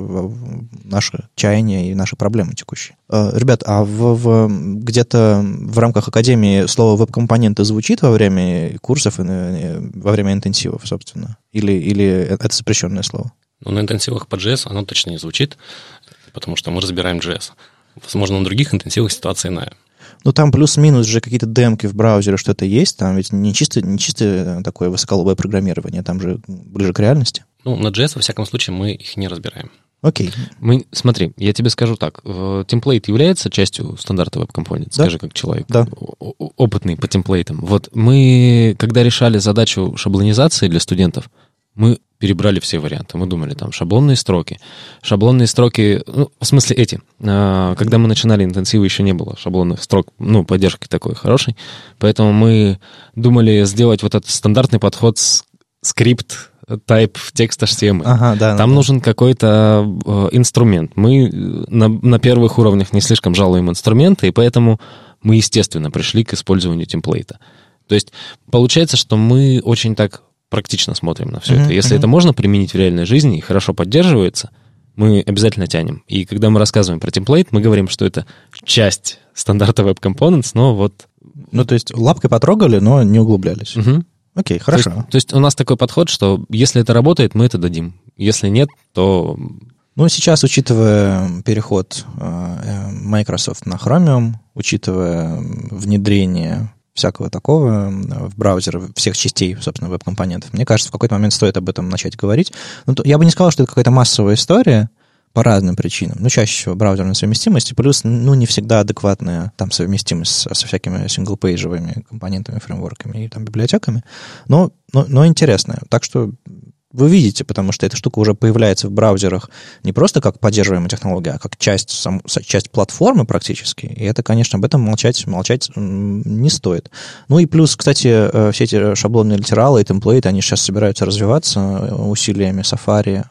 наши чаяния и наши проблемы текущие. Э, ребят, а в, в, где-то в рамках Академии слово веб-компоненты звучит во время курсов, во время интенсивов, собственно? Или, или это запрещенное слово? Ну, на интенсивах по джей эс оно точно не звучит, потому что мы разбираем джей эс. Возможно, на других интенсивах ситуация иная. Ну, там плюс-минус же какие-то демки в браузере что-то есть, там ведь не чисто, не чисто такое высоколобое программирование, там же ближе к реальности. Ну, на джей эс, во всяком случае, мы их не разбираем. Окей. Мы, смотри, я тебе скажу так. Темплейт является частью стандарта Web Component? Да? Скажи, как человек да. опытный по темплейтам. Вот мы, когда решали задачу шаблонизации для студентов, мы перебрали все варианты. Мы думали, там, шаблонные строки. Шаблонные строки, ну, в смысле эти. Когда мы начинали интенсивы, еще не было шаблонных строк, ну, поддержки такой хорошей. Поэтому мы думали сделать вот этот стандартный подход с скрипт type text эйч ти эм эль. Ага, да, Там да. нужен какой-то э, инструмент. Мы на, на первых уровнях не слишком жалуем инструменты, и поэтому мы, естественно, пришли к использованию темплейта. То есть получается, что мы очень так практично смотрим на все mm-hmm, это. Если mm-hmm. это можно применить в реальной жизни и хорошо поддерживается, мы обязательно тянем. И когда мы рассказываем про темплейт, мы говорим, что это часть стандарта Web Components, но вот... Ну, то есть лапкой потрогали, но не углублялись. Угу. Окей, хорошо. То есть, то есть у нас такой подход, что если это работает, мы это дадим. Если нет, то... Ну, сейчас, учитывая переход э, Microsoft на Chromium, учитывая внедрение всякого такого в браузер, всех частей, собственно, веб-компонентов, мне кажется, в какой-то момент стоит об этом начать говорить. Ну, то, я бы не сказал, что это какая-то массовая история по разным причинам. Ну, чаще всего браузерная совместимость, плюс, ну, не всегда адекватная там совместимость со, со всякими синглпейджевыми компонентами, фреймворками и там библиотеками, но, но, но интересная. Так что вы видите, потому что эта штука уже появляется в браузерах не просто как поддерживаемая технология, а как часть, сам, часть платформы практически. И это, конечно, об этом молчать, молчать не стоит. Ну и плюс, кстати, все эти шаблонные литералы и темплейты, они сейчас собираются развиваться усилиями Safari.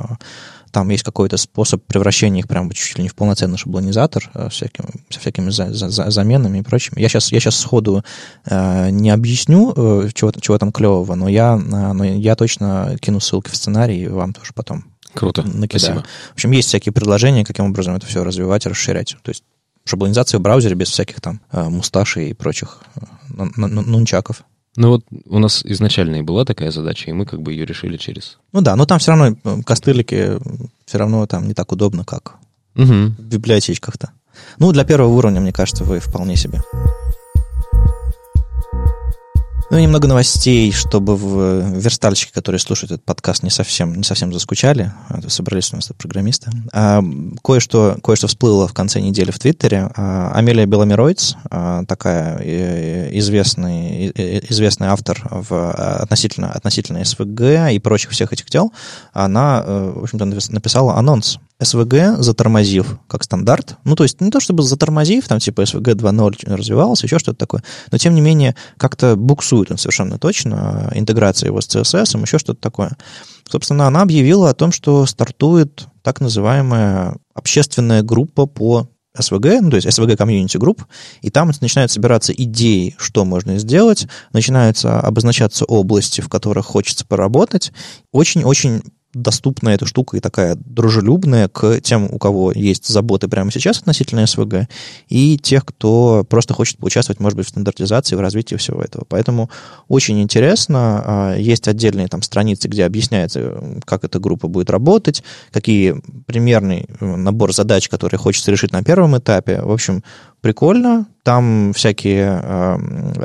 Там есть какой-то способ превращения их прямо чуть ли не в полноценный шаблонизатор со всякими, со всякими за, за, заменами и прочим. Я сейчас, я сейчас сходу э, не объясню, э, чего, чего там клевого, но я, э, но я точно кину ссылки в сценарий и вам тоже потом Круто, накидаю. Спасибо. В общем, есть всякие предложения, каким образом это все развивать и расширять. То есть шаблонизация в браузере без всяких там э, мусташей и прочих э, нунчаков. Ну вот у нас изначально и была такая задача, и мы как бы ее решили через... Ну да, но там все равно костылики все равно там не так удобно, как угу. в библиотечках-то. Ну, для первого уровня, мне кажется, вы вполне себе. Ну, и немного новостей, чтобы в верстальщики, которые слушают этот подкаст, не совсем, не совсем заскучали. Собрались у нас тут программисты. А, кое-что, кое-что всплыло в конце недели в Твиттере. А, Амелия Беломиройц, а, такая известный, известный автор в, относительно, относительно эс ви джи и прочих всех этих дел, она, в общем-то, написала анонс. эс ви джи затормозив как стандарт. Ну, то есть не то чтобы затормозив, там типа эс ви джи два ноль развивался, еще что-то такое, но тем не менее как-то буксует он совершенно точно, интеграция его с си эс эс, еще что-то такое. Собственно, она объявила о том, что стартует так называемая общественная группа по эс ви джи, ну, то есть эс ви джи Community Group, и там начинают собираться идеи, что можно сделать, начинаются обозначаться области, в которых хочется поработать. Очень-очень доступная эта штука и такая дружелюбная к тем, у кого есть заботы прямо сейчас относительно эс ви джи, и тех, кто просто хочет поучаствовать, может быть, в стандартизации, в развитии всего этого. Поэтому очень интересно. Есть отдельные там страницы, где объясняется, как эта группа будет работать, какие примерный набор задач, которые хочется решить на первом этапе. В общем, прикольно. Там всякие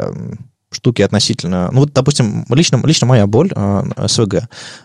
штуки относительно... Ну, вот, допустим, лично, лично моя боль эс ви джи.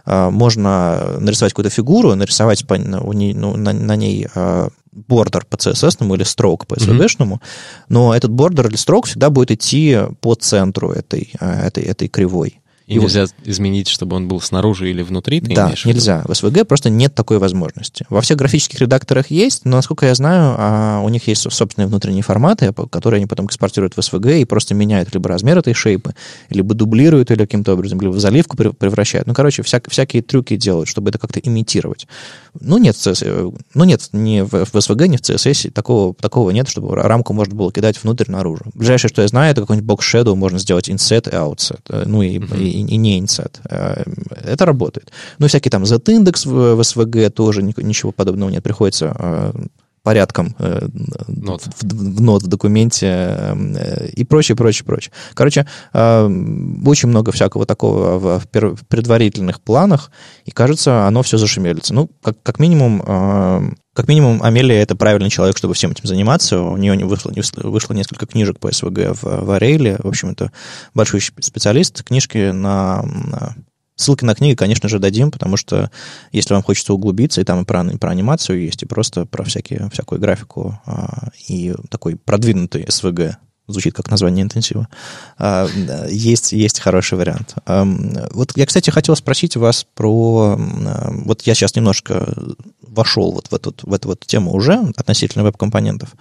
Можно нарисовать какую-то фигуру, нарисовать по, ну, на, на ней бордер по си эс эс-ному или строк по эс ви джи-шному, mm-hmm. но этот бордер или строк всегда будет идти по центру этой, этой, этой кривой. И, и нельзя вот изменить, чтобы он был снаружи или внутри? Ты да, нельзя. В эс ви джи просто нет такой возможности. Во всех графических редакторах есть, но, насколько я знаю, у них есть собственные внутренние форматы, которые они потом экспортируют в эс ви джи и просто меняют либо размер этой шейпы, либо дублируют ее каким-то образом, либо в заливку превращают. Ну, короче, вся, всякие трюки делают, чтобы это как-то имитировать. Ну, нет, ну, нет ни в эс ви джи, ни в си эс эс такого, такого нет, чтобы рамку можно было кидать внутрь, наружу. Ближайшее, что я знаю, это какой-нибудь box shadow, можно сделать inset и outset. Ну, и, mm-hmm. и, и не inset. Это работает. Ну, всякий там z-индекс в эс ви джи тоже ничего подобного нет. Приходится порядком нот. В, в нот в документе и прочее, прочее, прочее. Короче, очень много всякого такого в предварительных планах, и, кажется, оно все зашемелится. Ну, как, как минимум... Как минимум, Амелия — это правильный человек, чтобы всем этим заниматься. У нее вышло, вышло несколько книжек по эс ви джи в, в Арейле. В общем, это большой специалист. Книжки на... на... Ссылки на книги, конечно же, дадим, потому что если вам хочется углубиться, и там и про, и про анимацию есть, и просто про всякие, всякую графику, а, и такой продвинутый эс ви джи, звучит как название интенсива, а, есть, есть хороший вариант. А, вот я, кстати, хотел спросить вас про... Вот я сейчас немножко вошел вот в эту, в эту вот тему уже относительно веб-компонентов.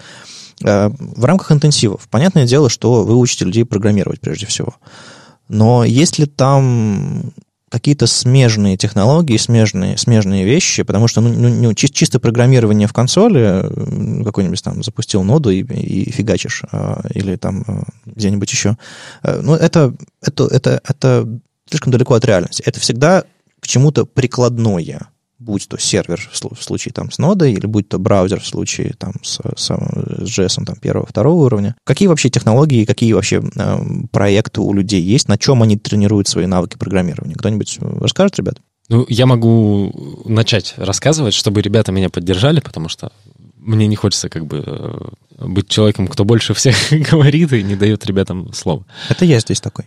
В рамках интенсивов, понятное дело, что вы учите людей программировать прежде всего. Но есть ли там какие-то смежные технологии, смежные, смежные вещи, потому что ну, ну, чисто программирование в консоли, какой-нибудь там запустил ноду и, и фигачишь, или там где-нибудь еще, ну, это, это, это, это слишком далеко от реальности. Это всегда к чему-то прикладное, будь то сервер в случае там, с нодой, или будь то браузер в случае там, с, с, с джей эс там, первого, второго уровня. Какие вообще технологии, какие вообще э, проекты у людей есть, на чем они тренируют свои навыки программирования? Кто-нибудь расскажет, ребят? Ну, я могу начать рассказывать, чтобы ребята меня поддержали, потому что мне не хочется как бы быть человеком, кто больше всех говорит и не дает ребятам слова. Это я здесь такой.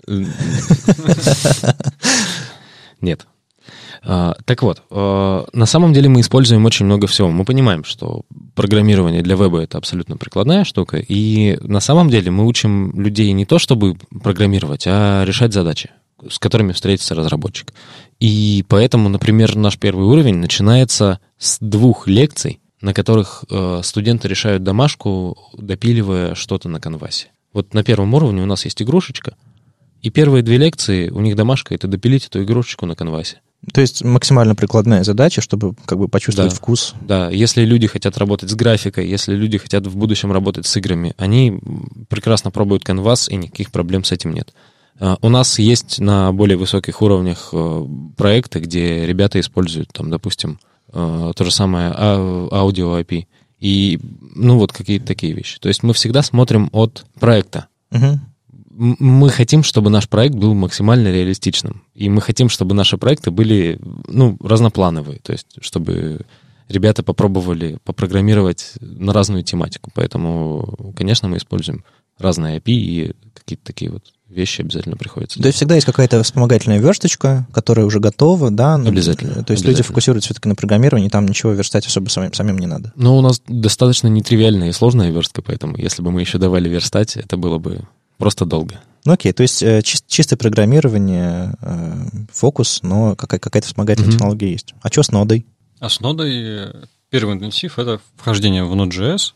Нет. Uh, так вот, uh, на самом деле мы используем очень много всего. Мы понимаем, что программирование для веба — это абсолютно прикладная штука, и на самом деле мы учим людей не то, чтобы программировать, а решать задачи, с которыми встретится разработчик. И поэтому, например, наш первый уровень начинается с двух лекций, на которых uh, студенты решают домашку, допиливая что-то на канвасе. Вот на первом уровне у нас есть игрушечка, и первые две лекции у них домашка — это допилить эту игрушечку на канвасе. То есть максимально прикладная задача, чтобы как бы почувствовать да, вкус. Да, если люди хотят работать с графикой, если люди хотят в будущем работать с играми, они прекрасно пробуют Canvas, и никаких проблем с этим нет. У нас есть на более высоких уровнях проекты, где ребята используют, там, допустим, то же самое аудио эй пи ай, и, ну, вот какие-то такие вещи. То есть мы всегда смотрим от проекта. Угу. Мы хотим, чтобы наш проект был максимально реалистичным. И мы хотим, чтобы наши проекты были, ну, разноплановые. То есть, чтобы ребята попробовали попрограммировать на разную тематику. Поэтому, конечно, мы используем разные эй пи ай и какие-то такие вот вещи обязательно приходится То есть всегда есть какая-то вспомогательная версточка, которая уже готова, да? Обязательно. То есть люди фокусируются все-таки на программировании, там ничего верстать особо самим, самим не надо. Но у нас достаточно нетривиальная и сложная верстка, поэтому если бы мы еще давали верстать, это было бы просто долго. Ну окей, то есть э, чис- чистое программирование, э, фокус, но какая- какая-то вспомогательная mm-hmm. технология есть. А что с нодой? А с нодой первый интенсив — это вхождение в Node.js,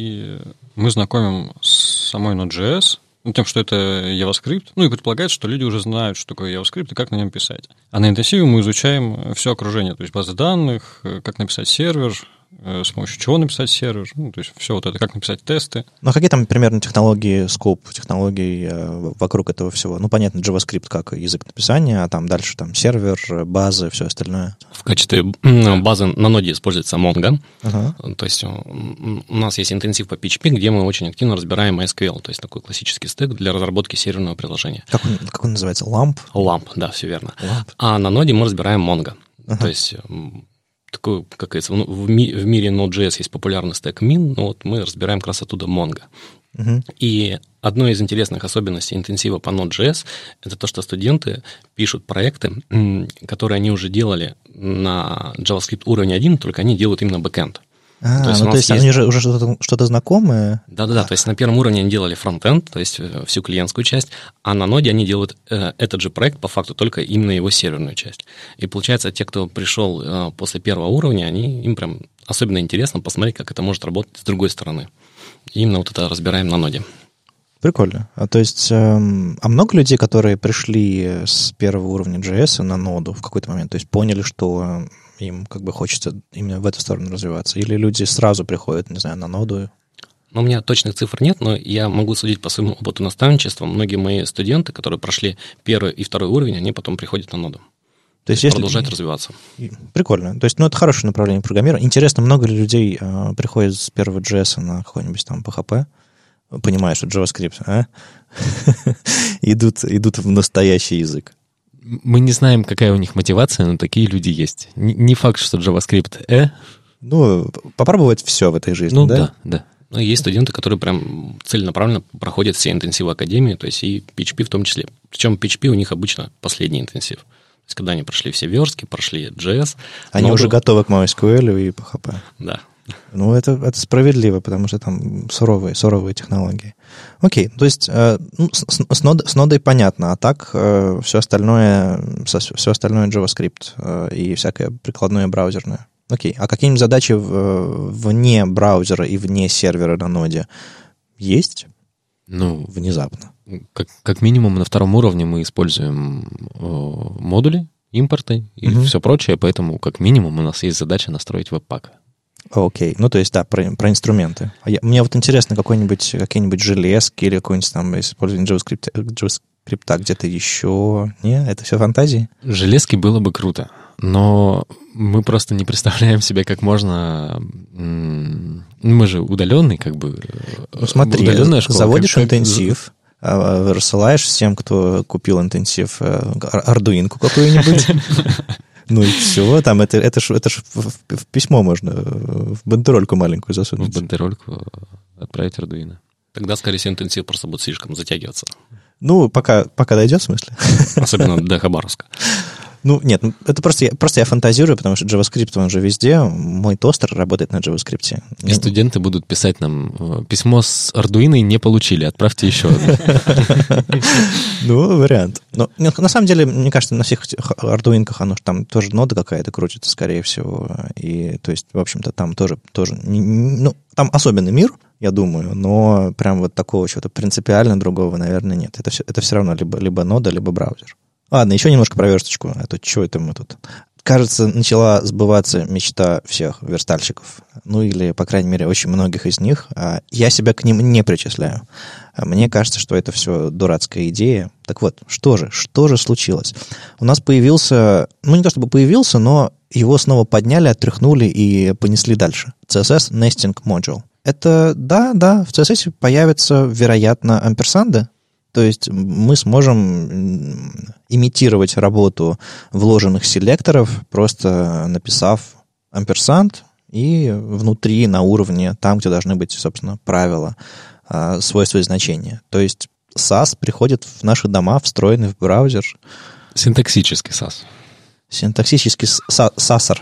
и мы знакомим с самой Node.js, ну, тем, что это JavaScript, ну и предполагается, что люди уже знают, что такое JavaScript и как на нем писать. А на интенсиве мы изучаем все окружение, то есть базы данных, как написать сервер, с помощью чего написать сервер, ну, то есть все вот это, как написать тесты. Ну, а какие там примерно технологии, скоп технологий э, вокруг этого всего? Ну, понятно, JavaScript как язык написания, а там дальше там сервер, базы, все остальное. В качестве базы на ноде используется Mongo. Ага. То есть у нас есть интенсив по пи эйч пи, где мы очень активно разбираем MySQL, то есть такой классический стек для разработки серверного приложения. Как он, как он называется? ламп? ламп, да, все верно. ламп. А на ноде мы разбираем Mongo. Ага. То есть такой, как говорится, в, ми- в мире Node.js есть популярный стек Min, но вот мы разбираем как раз оттуда Mongo. Угу. И одной из интересных особенностей интенсива по Node.js это то, что студенты пишут проекты, которые они уже делали на JavaScript уровне один, только они делают именно бэкэнд. А, то есть, ну, то есть есть... они же уже что-то, что-то знакомое? Да-да-да, то есть на первом уровне они делали фронтенд, то есть всю клиентскую часть, а на ноде они делают э, этот же проект, по факту, только именно его серверную часть. И получается, те, кто пришел э, после первого уровня, они, им прям особенно интересно посмотреть, как это может работать с другой стороны. И именно вот это разбираем на ноде. Прикольно. А, то есть, эм, а много людей, которые пришли с первого уровня джей эс на ноду в какой-то момент, то есть поняли, что им как бы хочется именно в эту сторону развиваться? Или люди сразу приходят, не знаю, на ноду? Ну, у меня точных цифр нет, но я могу судить по своему опыту наставничества. Многие мои студенты, которые прошли первый и второй уровень, они потом приходят на ноду. То есть, есть если... продолжать развиваться. Прикольно. То есть, ну, это хорошее направление программирования. Интересно, много ли людей э, приходит с первого джей эс на какой-нибудь там пи эйч пи, понимая, что JavaScript, а? идут, идут в настоящий язык? Мы не знаем, какая у них мотивация, но такие люди есть. Не факт, что JavaScript э. Ну, попробовать все в этой жизни, ну, да? да, да. Ну, есть студенты, которые прям целенаправленно проходят все интенсивы академии, то есть и пи эйч пи в том числе. Причем пи эйч пи у них обычно последний интенсив. То есть когда они прошли все верстки, прошли джей эс. Они ноду... уже готовы к MySQL и пи эйч пи. Да. Ну, это, это справедливо, потому что там суровые, суровые технологии. Окей, то есть э, ну, с, с, нод, с нодой понятно, а так э, все остальное, все остальное JavaScript э, и всякое прикладное браузерное. Окей, а какие-нибудь задачи в, вне браузера и вне сервера на ноде есть? Ну, внезапно. Как, как минимум на втором уровне мы используем о, модули, импорты и угу. все прочее, поэтому как минимум у нас есть задача настроить веб-пак. Окей, ну то есть, да, про, про инструменты. А я, мне вот интересно, какой-нибудь, какие-нибудь железки или какой-нибудь там использование JavaScript, JavaScript где-то еще. Не, это все фантазии? Железки было бы круто, но мы просто не представляем себе, как можно... Мы же удаленный, как бы... Ну смотри, удаленная школа, заводишь как, интенсив, как... рассылаешь всем, кто купил интенсив, ардуинку какую-нибудь... Ну и все, там это, это ж, это ж в, в письмо можно, в бандерольку маленькую засунуть. В бандерольку отправить Ардуино. Тогда, скорее всего, интенсив просто будет слишком затягиваться. Ну, пока, пока дойдет, в смысле. Особенно до Хабаровска. Ну, нет, просто я, просто я фантазирую, потому что JavaScript, он же везде. Мой тостер работает на JavaScript. И студенты будут писать нам: письмо с Ардуиной не получили, отправьте еще одно. Ну, вариант. Но на самом деле, мне кажется, на всех ардуинках оно там тоже нода какая-то крутится, скорее всего. И, то есть, в общем-то, там тоже, тоже ну, там особенный мир, я думаю, но прям вот такого чего-то принципиально другого, наверное, нет. Это все, это все равно либо, либо нода, либо браузер. Ладно, еще немножко про версточку. А то что это мы тут? Кажется, начала сбываться мечта всех верстальщиков. Ну, или, по крайней мере, очень многих из них. Я себя к ним не причисляю. Мне кажется, что это все дурацкая идея. Так вот, что же? Что же случилось? У нас появился... Ну, не то чтобы появился, но его снова подняли, отряхнули и понесли дальше. си эс эс Nesting Module. Это, да, да, в си эс эс появятся, вероятно, амперсанды. То есть мы сможем имитировать работу вложенных селекторов, просто написав амперсанд и внутри, на уровне, там, где должны быть, собственно, правила, свойства и значения. То есть сас приходит в наши дома, встроенный в браузер. Синтаксический сас. Синтаксический сасар.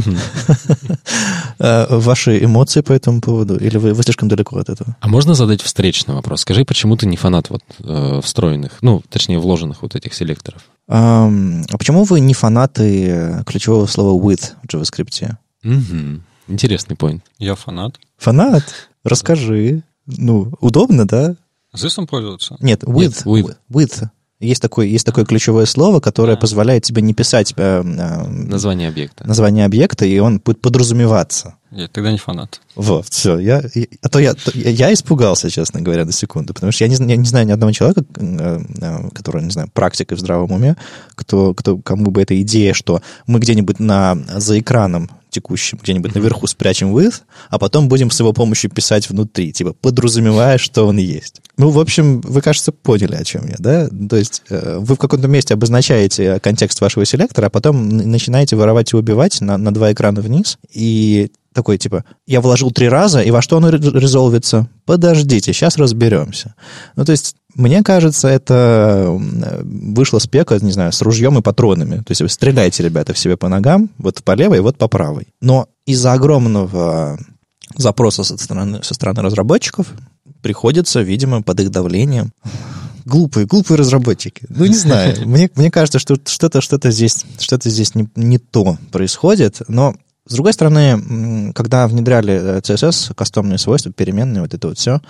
Ваши эмоции по этому поводу? Или вы, вы слишком далеко от этого? А можно задать встречный вопрос? Скажи, почему ты не фанат вот э, встроенных, ну, точнее, вложенных вот этих селекторов? А, а почему вы не фанаты ключевого слова with в JavaScript? Угу. Интересный поинт. Я фанат. Фанат? Расскажи. Ну, удобно, да? Зыстом пользоваться? Нет, with. Нет, with. with. Есть такое, есть такое ключевое слово, которое а. позволяет тебе не писать э, э, название объекта. Название объекта, и он будет подразумеваться. Нет, тогда не фанат. Вот, все. Я, а то я, то, я испугался, честно говоря, на секунду, потому что я не, я не знаю ни одного человека, который, не знаю, практик и в здравом уме, кто, кто, кому бы эта идея, что мы где-нибудь на, за экраном текущим, где-нибудь наверху спрячем with, а потом будем с его помощью писать внутри, типа подразумевая, что он есть. Ну, в общем, вы, кажется, поняли, о чем я, да? То есть вы в каком-то месте обозначаете контекст вашего селектора, а потом начинаете воровать и убивать на, на два экрана вниз, и такой, типа, я вложил три раза, и во что оно резолвится? Подождите, сейчас разберемся. Ну, то есть, мне кажется, это вышло спека, не знаю, с ружьем и патронами. То есть, вы стреляете, ребята, в себе по ногам, вот по левой, вот по правой. Но из-за огромного запроса со стороны, со стороны разработчиков приходится, видимо, под их давлением... Глупые, глупые разработчики. Ну, не знаю. Мне, мне кажется, что что-то, что-то здесь, что-то здесь не, не то происходит, но... С другой стороны, когда внедряли си эс эс, кастомные свойства, переменные, вот это вот все,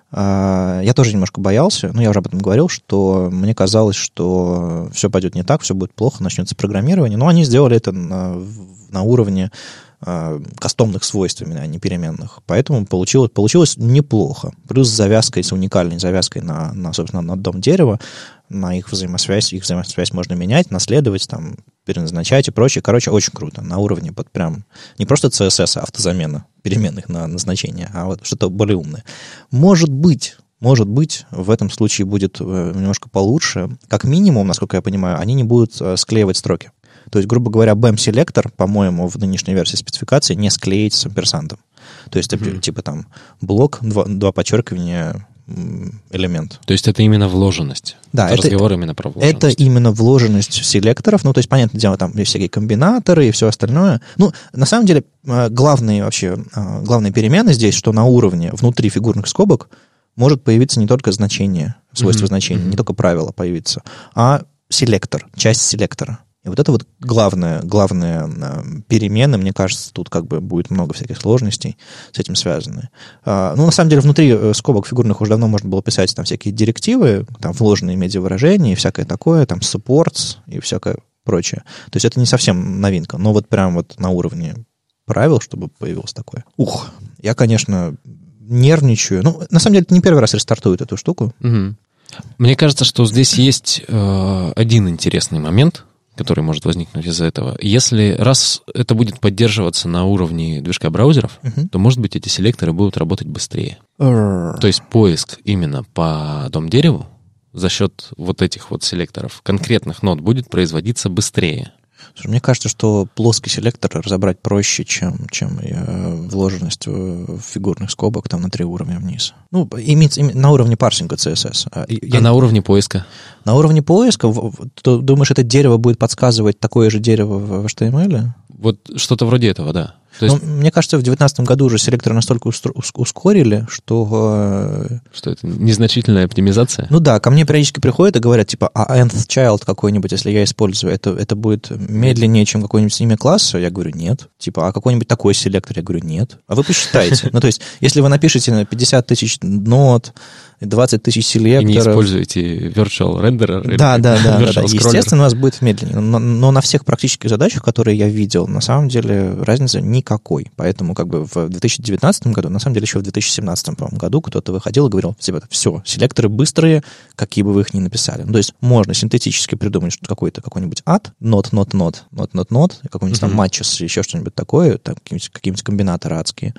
я тоже немножко боялся, но я уже об этом говорил, что мне казалось, что все пойдет не так, все будет плохо, начнется программирование, но они сделали это на, на уровне кастомных свойств, именно, а не переменных. Поэтому получилось, получилось неплохо. Плюс с завязкой, с уникальной завязкой на, на, собственно, на дом дерева, на их взаимосвязь, их взаимосвязь можно менять, наследовать, там, переназначать и прочее. Короче, очень круто. На уровне под прям не просто си эс эс, а автозамена переменных на назначение, а вот что-то более умное. Может быть, может быть, в этом случае будет немножко получше. Как минимум, насколько я понимаю, они не будут склеивать строки. То есть, грубо говоря, бэм-селектор, по-моему, в нынешней версии спецификации не склеить с амперсантом. То есть, mm-hmm. типа там блок, два, два подчеркивания, элемент. То есть это именно вложенность. Да, это, это разговор именно про вложенность. Это именно вложенность селекторов. Ну, то есть, понятное дело, там есть всякие комбинаторы и все остальное. Ну, на самом деле, главные вообще, главные перемены здесь, что на уровне внутри фигурных скобок может появиться не только значение, свойство mm-hmm. значения, mm-hmm. не только правило появиться, а селектор, часть селектора. И вот это вот главное, главное перемены, мне кажется, тут как бы будет много всяких сложностей с этим связаны. Ну, на самом деле, внутри скобок фигурных уже давно можно было писать там всякие директивы, там вложенные медиавыражения и всякое такое, там supports и всякое прочее. То есть это не совсем новинка, но вот прям вот на уровне правил, чтобы появилось такое. Ух, я, конечно, нервничаю. Ну, на самом деле, это не первый раз рестартуют эту штуку. Угу. Мне кажется, что здесь есть э, один интересный момент, который может возникнуть из-за этого. Если раз это будет поддерживаться на уровне движка браузеров, uh-huh. то, может быть, эти селекторы будут работать быстрее. Uh-huh. То есть поиск именно по дом-дереву за счет вот этих вот селекторов конкретных нод будет производиться быстрее. Слушай, мне кажется, что плоский селектор разобрать проще, чем, чем вложенность в фигурных скобок там на три уровня вниз. Ну, имеется на уровне парсинга си эс эс. А Я... на уровне поиска? На уровне поиска? Ты думаешь, это дерево будет подсказывать такое же дерево в эйч ти эм эл? Вот что-то вроде этого, да. То есть... Ну, мне кажется, в две тысячи девятнадцатом году уже селекторы настолько ускорили, что... Что это, незначительная оптимизация? Ну да, ко мне периодически приходят и говорят, типа, а nth child какой-нибудь, если я использую, это, это будет медленнее, чем какой-нибудь имя класса? Я говорю, нет. Типа, а какой-нибудь такой селектор? Я говорю, нет. А вы посчитайте. Ну, то есть, если вы напишете на пятьдесят тысяч нод, двадцать тысяч селекторов... И не используете virtual renderer? Да, да, да, да, да. Естественно, у вас будет медленнее. Но, но на всех практических задачах, которые я видел, на самом деле разница никакой. Поэтому как бы в две тысячи девятнадцатом году, на самом деле еще в две тысячи семнадцатом, по-моему, году кто-то выходил и говорил, типа, все, селекторы быстрые, какие бы вы их ни написали. Ну, то есть можно синтетически придумать что какой-то какой-нибудь ад, not, not, not, not, not, not, какой-нибудь mm-hmm. там matches, еще что-нибудь такое, там, какие-нибудь, какие-нибудь комбинаторы адские.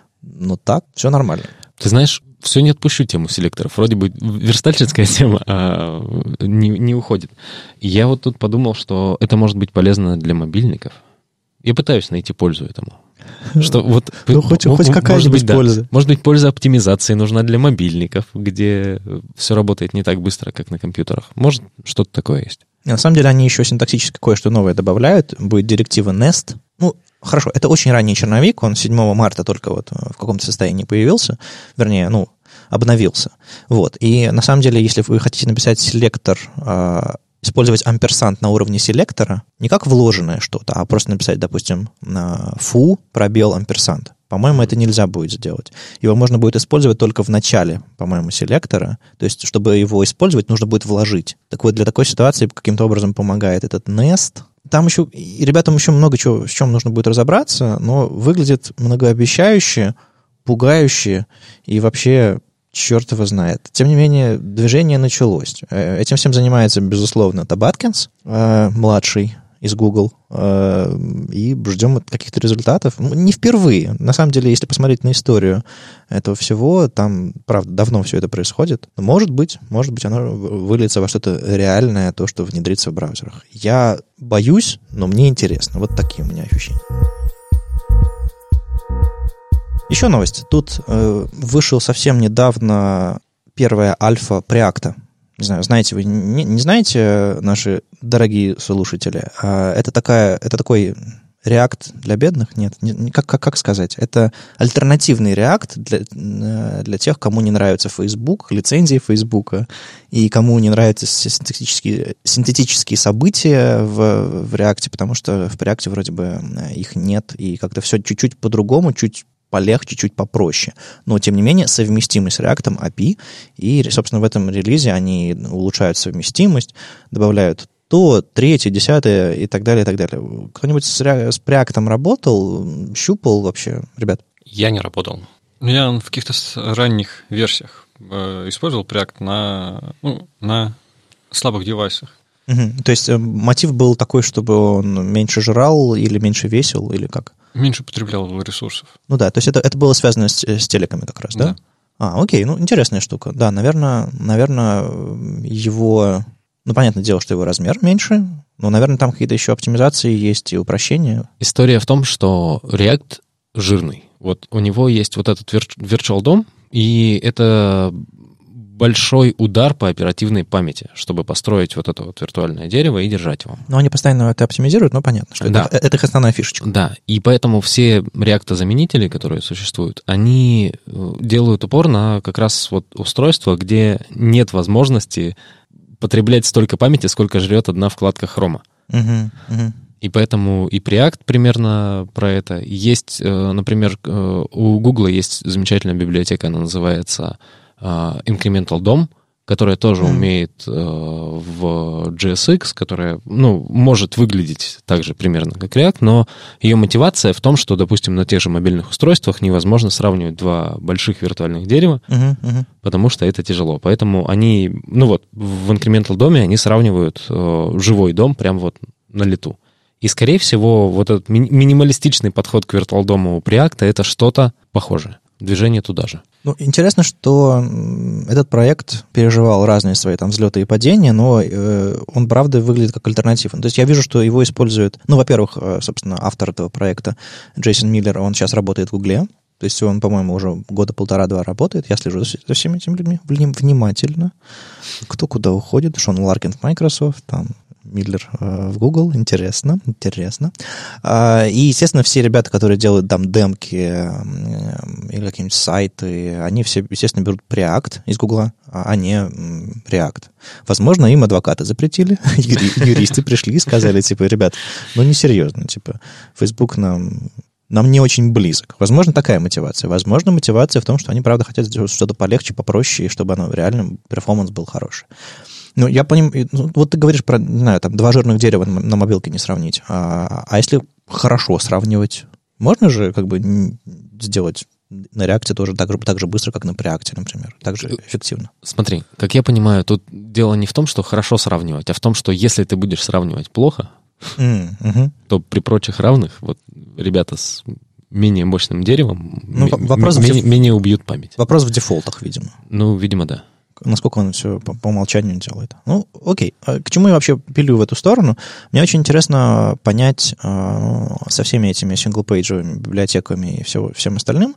Но так, все нормально. Ты знаешь, все не отпущу тему селекторов. Вроде бы верстальщицкая тема а не, не уходит. Я вот тут подумал, что это может быть полезно для мобильников. Я пытаюсь найти пользу этому. Что вот, ну, хоть, м- хоть какая-нибудь быть, польза. Да. Может быть, польза оптимизации нужна для мобильников, где все работает не так быстро, как на компьютерах. Может, что-то такое есть. На самом деле, они еще синтаксически кое-что новое добавляют. Будет директива nest. Ну, хорошо, это очень ранний черновик, он седьмого марта только вот в каком-то состоянии появился. Вернее, ну, обновился. Вот. И на самом деле, если вы хотите написать селектор, использовать амперсант на уровне селектора, не как вложенное что-то, а просто написать, допустим, фу, пробел, амперсант. По-моему, это нельзя будет сделать. Его можно будет использовать только в начале, по-моему, селектора. То есть, чтобы его использовать, нужно будет вложить. Так вот, для такой ситуации каким-то образом помогает этот nest. Там еще, и ребятам еще много чего, с чем нужно будет разобраться, но выглядит многообещающе, пугающе и вообще... Черт его знает. Тем не менее, движение началось. Этим всем занимается, безусловно, Табаткинс, э, младший из Google, э, и ждем каких-то результатов. Не впервые. На самом деле, если посмотреть на историю этого всего, там, правда, давно все это происходит. Но может быть, может быть, оно выльется во что-то реальное, то, что внедрится в браузерах. Я боюсь, но мне интересно. Вот такие у меня ощущения. Еще новость. Тут э, вышел совсем недавно первая альфа Preact. Не знаю, знаете вы, не, не знаете, наши дорогие слушатели? Э, это, такая, это такой React для бедных? Нет, не, как, как, как сказать? Это альтернативный React для, для тех, кому не нравится Facebook, лицензии Facebook, и кому не нравятся синтетические, синтетические события в, в React, потому что в Preact вроде бы их нет, и как-то все чуть-чуть по-другому, чуть полегче, чуть попроще. Но, тем не менее, совместимый с React эй пи ай. И, собственно, в этом релизе они улучшают совместимость, добавляют то, третье, десятое и так далее, и так далее. Кто-нибудь с, с Preact работал, щупал вообще, ребят? Я не работал. Я в каких-то ранних версиях использовал Preact на, ну, на слабых девайсах. Угу. То есть мотив был такой, чтобы он меньше жрал или меньше весил, или как? Меньше потреблял ресурсов. Ну да, то есть это, это было связано с, с телеками как раз, да? Да. А, окей, ну интересная штука. Да, наверное, наверное, его... Ну, понятное дело, что его размер меньше, но, наверное, там какие-то еще оптимизации есть и упрощения. История в том, что React жирный. Вот у него есть вот этот Virtual дом, и это большой удар по оперативной памяти, чтобы построить вот это вот виртуальное дерево и держать его. Ну, они постоянно это оптимизируют, но понятно, что да. это, это их основная фишечка. Да, и поэтому все React-заменители, которые существуют, они делают упор на как раз вот устройства, где нет возможности потреблять столько памяти, сколько жрет одна вкладка Chrome. Угу, угу. И поэтому и Preact примерно про это. Есть, например, у Google есть замечательная библиотека, она называется Incremental дом, которая тоже mm. умеет э, в джей эс икс, которая, ну, может выглядеть так же примерно, как React, но ее мотивация в том, что, допустим, на тех же мобильных устройствах невозможно сравнивать два больших виртуальных дерева, mm-hmm, mm-hmm. потому что это тяжело. Поэтому они, ну вот, в Incremental доме они сравнивают э, живой дом прямо вот на лету. И, скорее всего, вот этот ми- минималистичный подход к Virtual дому у Preact — это что-то похожее. Движение туда же. Ну, интересно, что этот проект переживал разные свои там взлеты и падения, но э, он, правда, выглядит как альтернатива. То есть я вижу, что его используют... Ну, во-первых, собственно, автор этого проекта Джейсон Миллер, он сейчас работает в Гугле. То есть он, по-моему, уже года полтора-два работает. Я слежу за всеми этими людьми внимательно. Кто куда уходит. Шон Ларкин в Microsoft, там... Миллер э, в Google. Интересно, интересно. А, и, естественно, все ребята, которые делают там демки э, или какие-нибудь сайты, они все, естественно, берут Preact из Google, а не React. Возможно, им адвокаты запретили, юристы пришли и сказали, типа, ребят, ну, несерьезно, типа, Facebook нам... нам не очень близок. Возможно, такая мотивация. Возможно, мотивация в том, что они, правда, хотят сделать что-то полегче, попроще, чтобы оно реально, перформанс был хороший. Ну, я понимаю, ну, вот ты говоришь про, не знаю, там, два жирных дерева на, на мобилке не сравнить. А, а если хорошо сравнивать, можно же как бы сделать на React тоже так же, так же быстро, как на Preact, например, так же эффективно? Смотри, как я понимаю, тут дело не в том, что хорошо сравнивать, а в том, что если ты будешь сравнивать плохо, mm-hmm. то при прочих равных вот ребята с менее мощным деревом ну, м- вопрос м- менее, в... менее убьют память. Вопрос в дефолтах, видимо. Ну, видимо, да. насколько он все по, по умолчанию делает. Ну, окей. К чему я вообще пилю в эту сторону? Мне очень интересно понять э, со всеми этими синглпейджевыми библиотеками и все, всем остальным,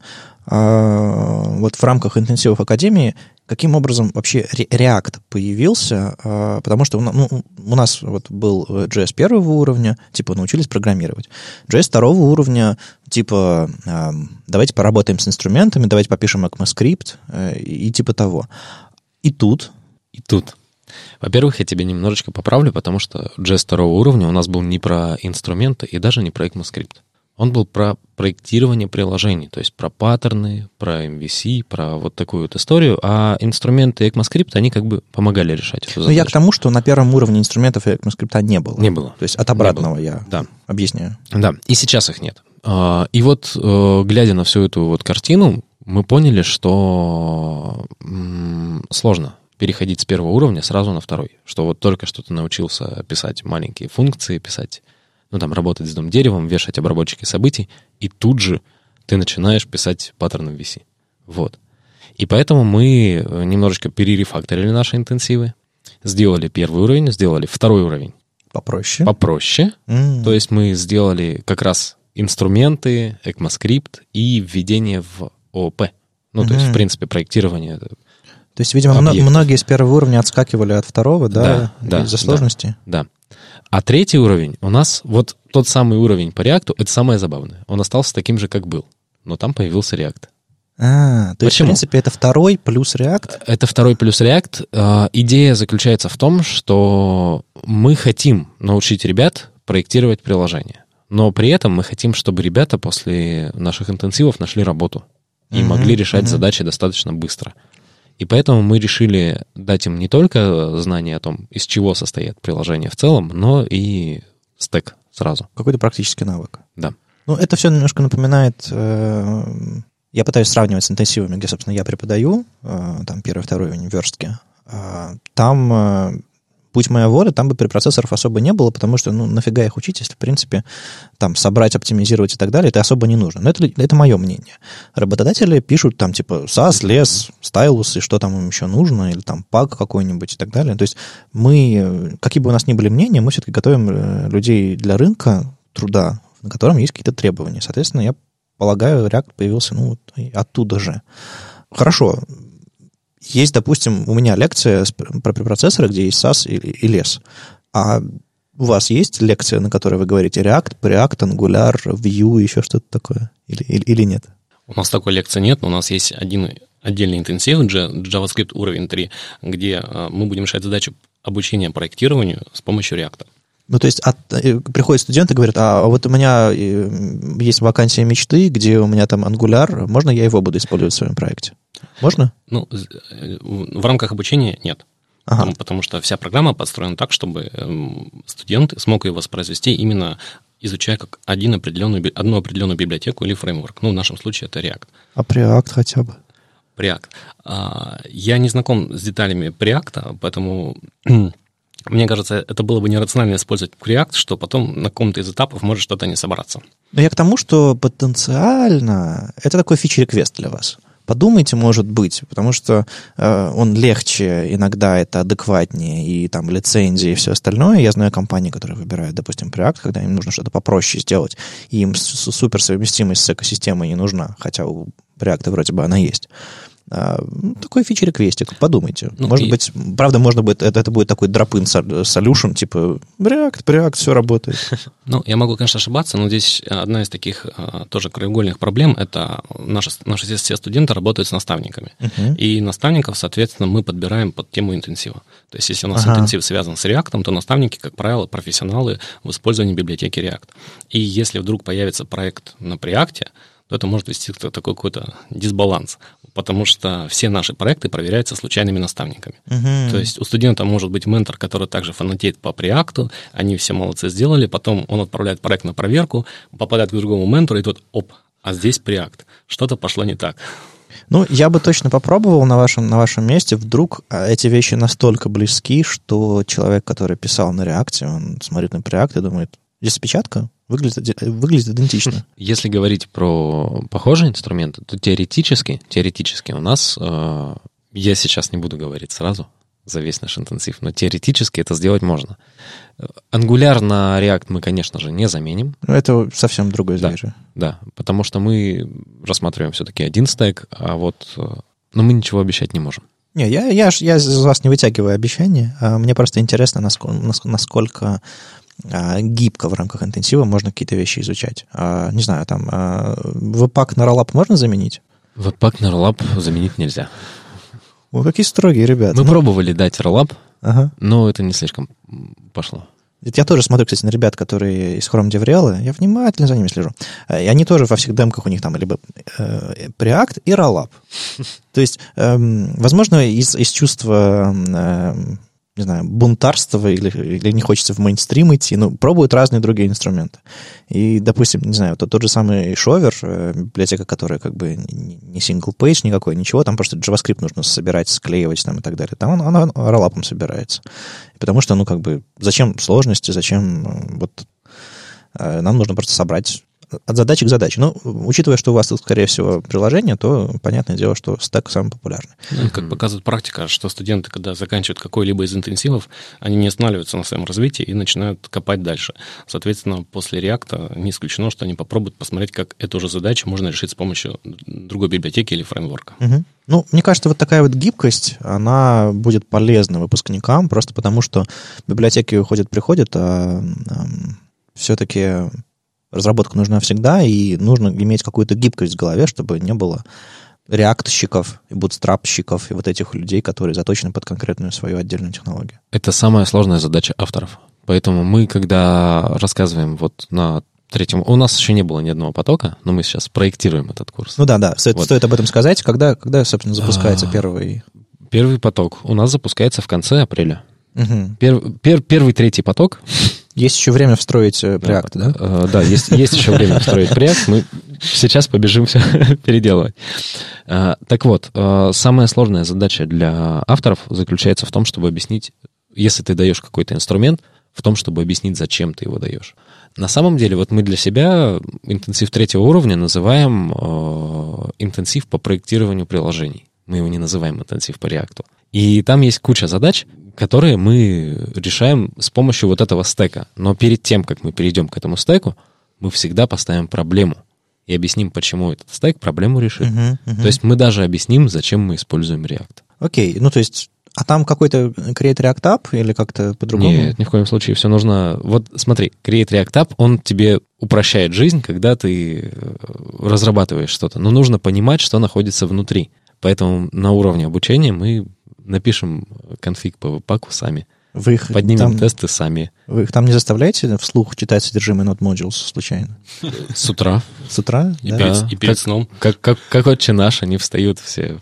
э, вот в рамках интенсивов Академии, каким образом вообще React появился, э, потому что ну, у нас вот был джей эс первого уровня, типа научились программировать. джей эс второго уровня, типа э, давайте поработаем с инструментами, давайте попишем ECMAScript э, и, и типа того. И тут... И тут. Во-первых, я тебя немножечко поправлю, потому что джей эс второго уровня у нас был не про инструменты и даже не про ECMAScript. Он был про проектирование приложений, то есть про паттерны, про эм ви си, про вот такую вот историю, а инструменты ECMAScript, они как бы помогали решать эту задачу. Ну, я к тому, что на первом уровне инструментов ECMAScript не было. Не было. То есть от обратного я да. объясняю. Да, и сейчас их нет. И вот, глядя на всю эту вот картину, мы поняли, что сложно переходить с первого уровня сразу на второй. Что вот только что ты научился писать маленькие функции, писать, ну там, работать с дом-деревом, вешать обработчики событий, и тут же ты начинаешь писать паттерны эм ви си. Вот. И поэтому мы немножечко перерефакторили наши интенсивы, сделали первый уровень, сделали второй уровень. Попроще. Попроще. Mm. То есть мы сделали как раз инструменты, ECMAScript и введение в ООП. Ну, mm-hmm. то есть, в принципе, проектирование. То есть, видимо, объектов. Многие с первого уровня отскакивали от второго, да, да из-за да, сложности? Да, да. А третий уровень у нас, вот тот самый уровень по React, это самое забавное. Он остался таким же, как был, но там появился React. А, то Почему? есть, в принципе, это второй плюс React? Это второй плюс React. Uh, идея заключается в том, что мы хотим научить ребят проектировать приложение, но при этом мы хотим, чтобы ребята после наших интенсивов нашли работу и mm-hmm, могли решать mm-hmm. задачи достаточно быстро. И поэтому мы решили дать им не только знание о том, из чего состоят приложения в целом, но и стек сразу. Какой-то практический навык. Да. Ну, это все немножко напоминает... Э, я пытаюсь сравнивать с интенсивами, где, собственно, я преподаю, э, там, первый, второй уровень в верстке. Э, там, э, будь моя воля, там бы препроцессоров особо не было, потому что, ну, нафига их учить, если, в принципе, там, собрать, оптимизировать и так далее, это особо не нужно. Но это, это мое мнение. Работодатели пишут там, типа, сас, лес, стайлус, и что там им еще нужно, или там паг какой-нибудь и так далее. То есть мы, какие бы у нас ни были мнения, мы все-таки готовим людей для рынка труда, на котором есть какие-то требования. Соответственно, я полагаю, React появился, ну, оттуда же. Хорошо. Есть, допустим, у меня лекция про препроцессоры, где есть сас и, и лес. А у вас есть лекция, на которой вы говорите React, Preact, Angular, Vue, еще что-то такое? Или, или, или нет? У нас такой лекции нет, но у нас есть один отдельный интенсив, JavaScript уровень три, где мы будем решать задачу обучения проектированию с помощью React. Ну, то есть от, приходят студенты и говорят, а вот у меня есть вакансия мечты, где у меня там Angular, можно я его буду использовать в своем проекте? Можно? Ну, в рамках обучения нет. Ага. Потому, потому что вся программа подстроена так, чтобы студент смог ее воспроизвести именно изучая как один определенную, одну определенную библиотеку или фреймворк. Ну, в нашем случае это React. А Preact хотя бы? Preact. Я не знаком с деталями Preact, поэтому... Мне кажется, это было бы нерационально использовать React, что потом на каком-то из этапов может что-то не собраться. Но я к тому, что потенциально это такой фичи-реквест для вас. Подумайте, может быть, потому что э, он легче, иногда это адекватнее, и там лицензии и все остальное. Я знаю компании, которые выбирают, допустим, Preact, когда им нужно что-то попроще сделать, и им суперсовместимость с экосистемой не нужна, хотя у Preact вроде бы она есть. Такой фичи-реквестик, подумайте. Ну, Может и... быть, правда, можно будет, это, это будет такой drop-in solution, типа React, Preact, все работает. Ну, я могу, конечно, ошибаться, но здесь одна из таких тоже краеугольных проблем, это наши, наши все студенты работают с наставниками. Uh-huh. И наставников, соответственно, мы подбираем под тему интенсива. То есть, если у нас ага. интенсив связан с React, то наставники, как правило, профессионалы в использовании библиотеки React. И если вдруг появится проект на Preact, то это может вести к такой какой-то дисбаланс, потому что все наши проекты проверяются случайными наставниками. Uh-huh. То есть у студента может быть ментор, который также фанатеет по Preact, они все молодцы сделали, потом он отправляет проект на проверку, попадает к другому ментору, и тот, оп, а здесь Preact. Что-то пошло не так. Ну, я бы точно попробовал на вашем, на вашем месте. Вдруг эти вещи настолько близки, что человек, который писал на React, он смотрит на Preact и думает, здесь опечатка? Выглядит, выглядит идентично. Если говорить про похожие инструменты, то теоретически, теоретически у нас э, Я сейчас не буду говорить сразу за весь наш интенсив, но теоретически это сделать можно. Angular на React мы, конечно же, не заменим. Ну, это совсем другой зверь. Да, да, потому что мы рассматриваем все-таки один стек, а вот... Но мы ничего обещать не можем. Не, я, я, я из вас не вытягиваю обещания. Мне просто интересно, насколько, насколько гибко в рамках интенсива можно какие-то вещи изучать. Не знаю, там веб-пак на Rollup можно заменить? Веб-пак на Rollup заменить нельзя. Ой, какие строгие ребята. Мы ну... пробовали дать Rollup, ага. но это не слишком пошло. Я тоже смотрю, кстати, на ребят, которые из Chrome DevRel, я внимательно за ними слежу. И они тоже во всех демках у них там либо э, Preact и Rollup. То есть, э, возможно, из, из чувства, э, не знаю, бунтарства или, или не хочется в мейнстрим идти, но пробуют разные другие инструменты. И, допустим, не знаю, тот, тот же самый Shower, э, библиотека, которая как бы не single-page никакой, ничего, там просто JavaScript нужно собирать, склеивать там и так далее. Там он, он, он Rollup собирается. Потому что, ну, как бы, зачем сложности, зачем вот э, нам нужно просто собрать от задачи к задаче. Но, учитывая, что у вас тут, скорее всего, приложение, то понятное дело, что стек самый популярный. Ну, как показывает практика, что студенты, когда заканчивают какой-либо из интенсивов, они не останавливаются на своем развитии и начинают копать дальше. Соответственно, после React не исключено, что они попробуют посмотреть, как эту же задачу можно решить с помощью другой библиотеки или фреймворка. Угу. Ну, мне кажется, вот такая вот гибкость, она будет полезна выпускникам, просто потому что библиотеки уходят-приходят, а, а все-таки разработка нужна всегда, и нужно иметь какую-то гибкость в голове, чтобы не было реактщиков и бутстрапщиков и вот этих людей, которые заточены под конкретную свою отдельную технологию. Это самая сложная задача авторов. Поэтому мы, когда рассказываем вот на третьем... У нас еще не было ни одного потока, но мы сейчас проектируем этот курс. Ну да, да, стоит, вот. стоит об этом сказать. Когда, когда собственно, запускается первый... Первый поток у нас запускается в конце апреля. Угу. Пер, пер, первый, третий поток... Есть еще время встроить Preact, да? Да, да есть, есть еще время встроить Preact. Мы сейчас побежим все переделывать. Так вот, самая сложная задача для авторов заключается в том, чтобы объяснить, если ты даешь какой-то инструмент, в том, чтобы объяснить, зачем ты его даешь. На самом деле, вот мы для себя интенсив третьего уровня называем интенсив по проектированию приложений. Мы его не называем интенсив по React. И там есть куча задач, которые мы решаем с помощью вот этого стека. Но перед тем, как мы перейдем к этому стеку, мы всегда поставим проблему и объясним, почему этот стек проблему решит. Uh-huh, uh-huh. То есть мы даже объясним, зачем мы используем React. Окей, okay. Ну то есть, а там какой-то Create React App или как-то по-другому? Нет, ни в коем случае. Все нужно... Вот смотри, Create React App, он тебе упрощает жизнь, когда ты разрабатываешь что-то. Но нужно понимать, что находится внутри. Поэтому на уровне обучения мы напишем конфиг по веб-паку сами. Вы их поднимем там, тесты сами. Вы их там не заставляете вслух читать содержимое Node Modules случайно? С утра. С утра? И, да? перед, Да. и перед как, сном. Как, как, как отче наш, они встают все.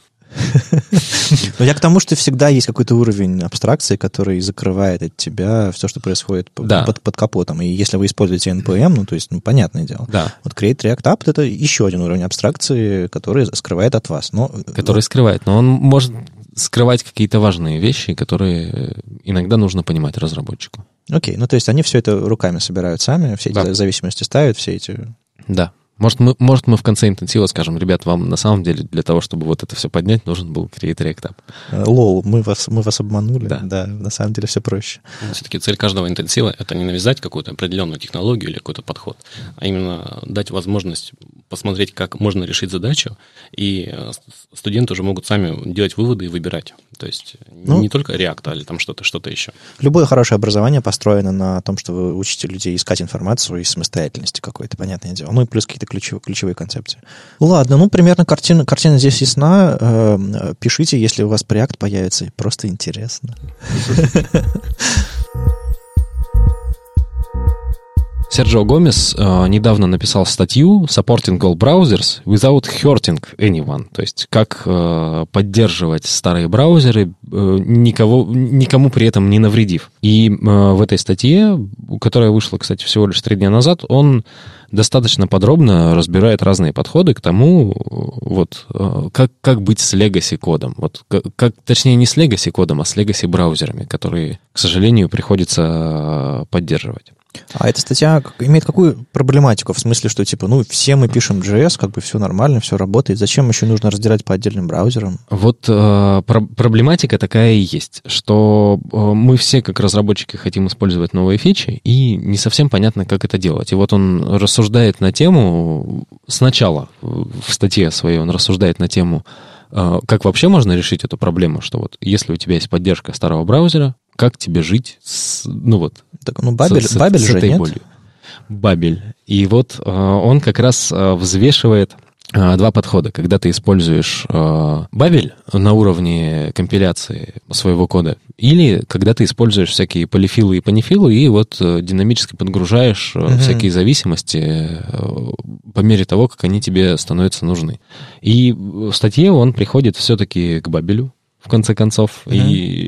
Но я к тому, что всегда есть какой-то уровень абстракции, который закрывает от тебя все, что происходит да. под, под капотом. И если вы используете эн пи эм, ну, то есть, ну, понятное дело. Да. Вот Create React App — это еще один уровень абстракции, который скрывает от вас. Но, который но... скрывает. Но он может скрывать какие-то важные вещи, которые иногда нужно понимать разработчику. Окей, ну, то есть они все это руками собирают сами, все эти да. зависимости ставят, все эти... Да. Может мы, может, мы в конце интенсива скажем, ребят, вам на самом деле для того, чтобы вот это все поднять, нужен был Create React App. Лол, мы вас, мы вас обманули. Да. да, на самом деле все проще. Все-таки цель каждого интенсива — это не навязать какую-то определенную технологию или какой-то подход, а именно дать возможность посмотреть, как можно решить задачу, и студенты уже могут сами делать выводы и выбирать. То есть ну, не только React, или там что-то, что-то еще. Любое хорошее образование построено на том, что вы учите людей искать информацию из самостоятельности какой-то, понятное дело. Ну и плюс какие-то ключевые, ключевые концепции. Ладно, ну примерно картина, картина здесь ясна. Э, пишите, если у вас Preact появится. Просто интересно. Серджио Гомес э, недавно написал статью «Supporting all browsers without hurting anyone». То есть, как э, поддерживать старые браузеры, э, никого, никому при этом не навредив. И э, в этой статье, которая вышла, кстати, всего лишь три дня назад, он достаточно подробно разбирает разные подходы к тому, вот, э, как, как быть с legacy-кодом. Вот, как, как, точнее, не с legacy-кодом, а с legacy-браузерами, которые, к сожалению, приходится поддерживать. А эта статья имеет какую проблематику? В смысле, что типа, ну, все мы пишем джей эс, как бы все нормально, все работает. Зачем еще нужно разделять по отдельным браузерам? Вот э, про- проблематика такая и есть, что э, мы все, как разработчики, хотим использовать новые фичи, и не совсем понятно, как это делать. И вот он рассуждает на тему, сначала в статье своей он рассуждает на тему, э, как вообще можно решить эту проблему, что вот если у тебя есть поддержка старого браузера, как тебе жить с, ну вот, так, ну, Бабель, с, Бабель с же, этой нет? болью. Бабель. И вот э, он как раз э, взвешивает э, два подхода. Когда ты используешь э, Бабель на уровне компиляции своего кода, или когда ты используешь всякие полифилы и панифилы, и вот э, динамически подгружаешь э, mm-hmm. всякие зависимости э, по мере того, как они тебе становятся нужны. И в статье он приходит все-таки к Бабелю, в конце концов. Mm-hmm.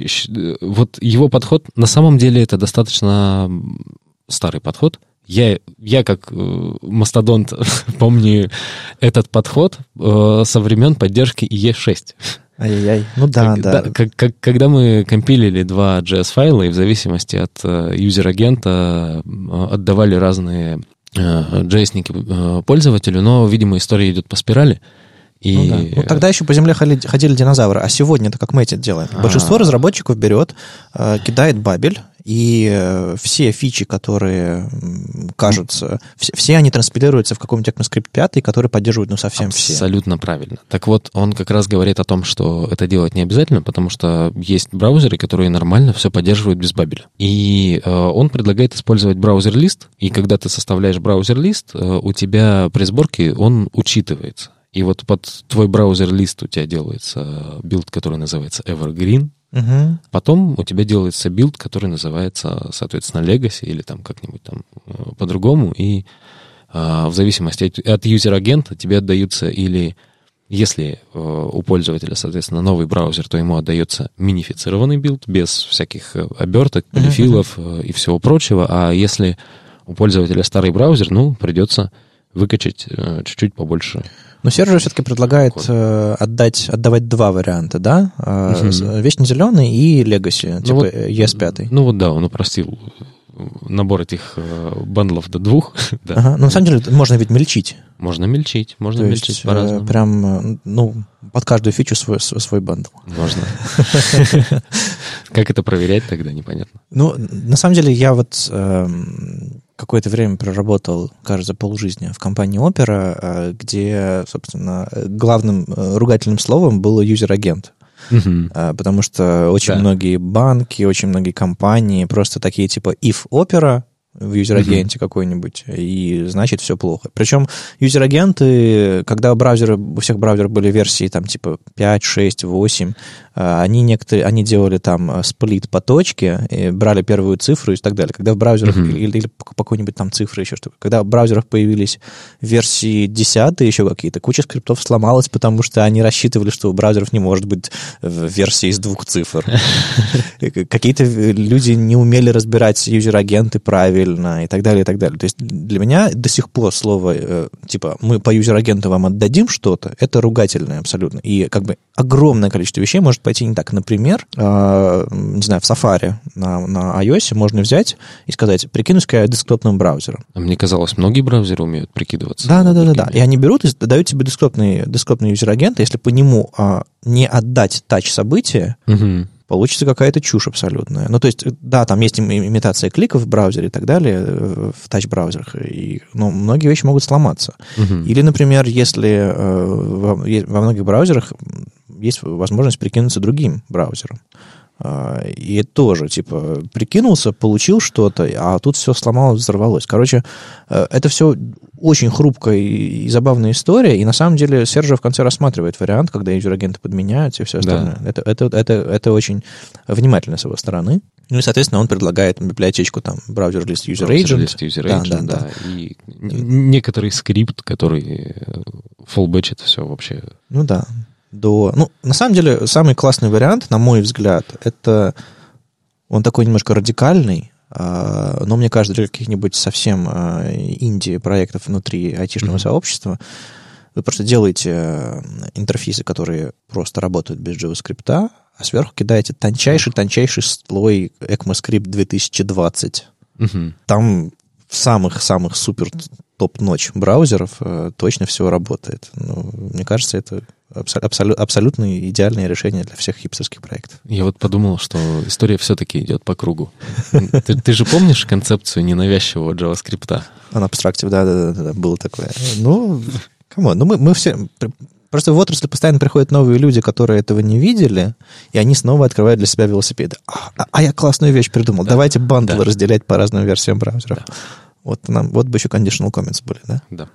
И вот его подход, на самом деле, это достаточно старый подход. Я, я как э, мастодонт, помню этот подход э, со времен поддержки и и шесть. Ай-яй-яй. Ну да, как, да. да как, как, когда мы компилили два джей эс-файла, и в зависимости от э, юзер-агента э, отдавали разные э, джей эс-ники э, пользователю, но, видимо, история идет по спирали. И... Ну, да. Ну, тогда еще по земле ходили, ходили динозавры, а сегодня-то как мы это делаем? А-а-а. Большинство разработчиков берет, э, кидает Бабель, и э, все фичи, которые кажутся, все, все они транспилируются в каком-нибудь ECMAScript пять, который поддерживает, ну, совсем Абсолютно все. Абсолютно правильно. Так вот, он как раз говорит о том, что это делать не обязательно, потому что есть браузеры, которые нормально все поддерживают без Бабеля. И э, он предлагает использовать браузер-лист, и когда ты составляешь браузер-лист, э, у тебя при сборке он учитывается. И вот под твой браузер-лист у тебя делается билд, который называется Evergreen. Угу. Потом у тебя делается билд, который называется, соответственно, Legacy или там как-нибудь там по-другому. И а, в зависимости от, от юзер-агента тебе отдаются или, если а, у пользователя, соответственно, новый браузер, то ему отдается минифицированный билд без всяких оберток, полифилов uh-huh. и всего прочего. А если у пользователя старый браузер, ну, придется выкачать а, чуть-чуть побольше. Но Серж все-таки предлагает э, отдать, отдавать два варианта, да? Э, uh-huh. Вечно зеленый и Legacy, ну типа вот, и эс пять. Ну вот да, он упростил набор этих э, бандлов до двух. Да. Ага. Ну, на самом деле, можно ведь мельчить. Можно мельчить, можно То мельчить есть, по-разному. Прям, ну, под каждую фичу свой, свой бандл. Можно. Как это проверять тогда, непонятно. Ну, на самом деле, я вот какое-то время проработал, кажется, полжизни в компании Opera, где, собственно, главным ругательным словом был юзер-агент. Uh-huh. Потому что очень да. многие банки, очень многие компании просто такие типа if Opera в юзер-агенте uh-huh. какой-нибудь, и значит все плохо. Причем юзер-агенты, когда браузеры, у всех браузеров были версии там типа пять, шесть, восемь, они некоторые, они делали там сплит по точке, и брали первую цифру и так далее. Когда в браузерах, uh-huh. или, или по какой-нибудь там цифры еще что-то, когда в браузерах появились версии десять еще какие-то, куча скриптов сломалась, потому что они рассчитывали, что у браузеров не может быть версии из двух цифр. Какие-то люди не умели разбирать юзер-агенты правильно, и так далее, и так далее. То есть для меня до сих пор слово, э, типа, мы по юзер-агенту вам отдадим что-то, это ругательное абсолютно. И как бы огромное количество вещей может пойти не так. Например, э, не знаю, в Safari на, на iOS можно взять и сказать, прикинусь-ка я десктопным браузером. А мне казалось, многие браузеры умеют прикидываться. Да, да, да, да, да. И они берут и дают тебе десктопный, десктопный юзер-агент, если по нему э, не отдать тач-события, угу. получится какая-то чушь абсолютная. Ну, то есть, да, там есть имитация кликов в браузере и так далее, в тач-браузерах, и, но многие вещи могут сломаться. Uh-huh. Или, например, если э, во, во многих браузерах есть возможность прикинуться другим браузером. Э, и это тоже, типа, прикинулся, получил что-то, а тут все сломалось, взорвалось. Короче, э, это все очень хрупкая и, и забавная история, и на самом деле Сержа в конце рассматривает вариант, когда юзер-агенты подменяются и все остальное. Да. Это, это, это, это очень внимательно с его стороны. Ну и, соответственно, он предлагает библиотечку там браузер-лист user-agent. Браузер-лист user-agent, да, да, да. И некоторый скрипт, который фоллбэчит все вообще. Ну да. До... Ну, на самом деле, самый классный вариант, на мой взгляд, это он такой немножко радикальный, но мне кажется, для каких-нибудь совсем инди-проектов внутри айтишного mm-hmm. сообщества вы просто делаете интерфейсы, которые просто работают без JavaScript, а сверху кидаете тончайший-тончайший слой ECMAScript две тысячи двадцать. Mm-hmm. Там самых-самых супер топ-ночь браузеров э, точно все работает. Ну, мне кажется, это абсолю- абсолютно идеальное решение для всех хипстерских проектов. Я вот подумал, что история все-таки идет по кругу. Ты, ты же помнишь концепцию ненавязчивого JavaScript? Unobstructive, да-да-да, было такое. Ну, камон, ну мы, мы все... Просто в отрасль постоянно приходят новые люди, которые этого не видели, и они снова открывают для себя велосипеды. А, а я классную вещь придумал. Да. Давайте бандлы да. разделять по разным версиям браузеров. Да. Вот, нам, вот бы еще conditional comments были, да? Да.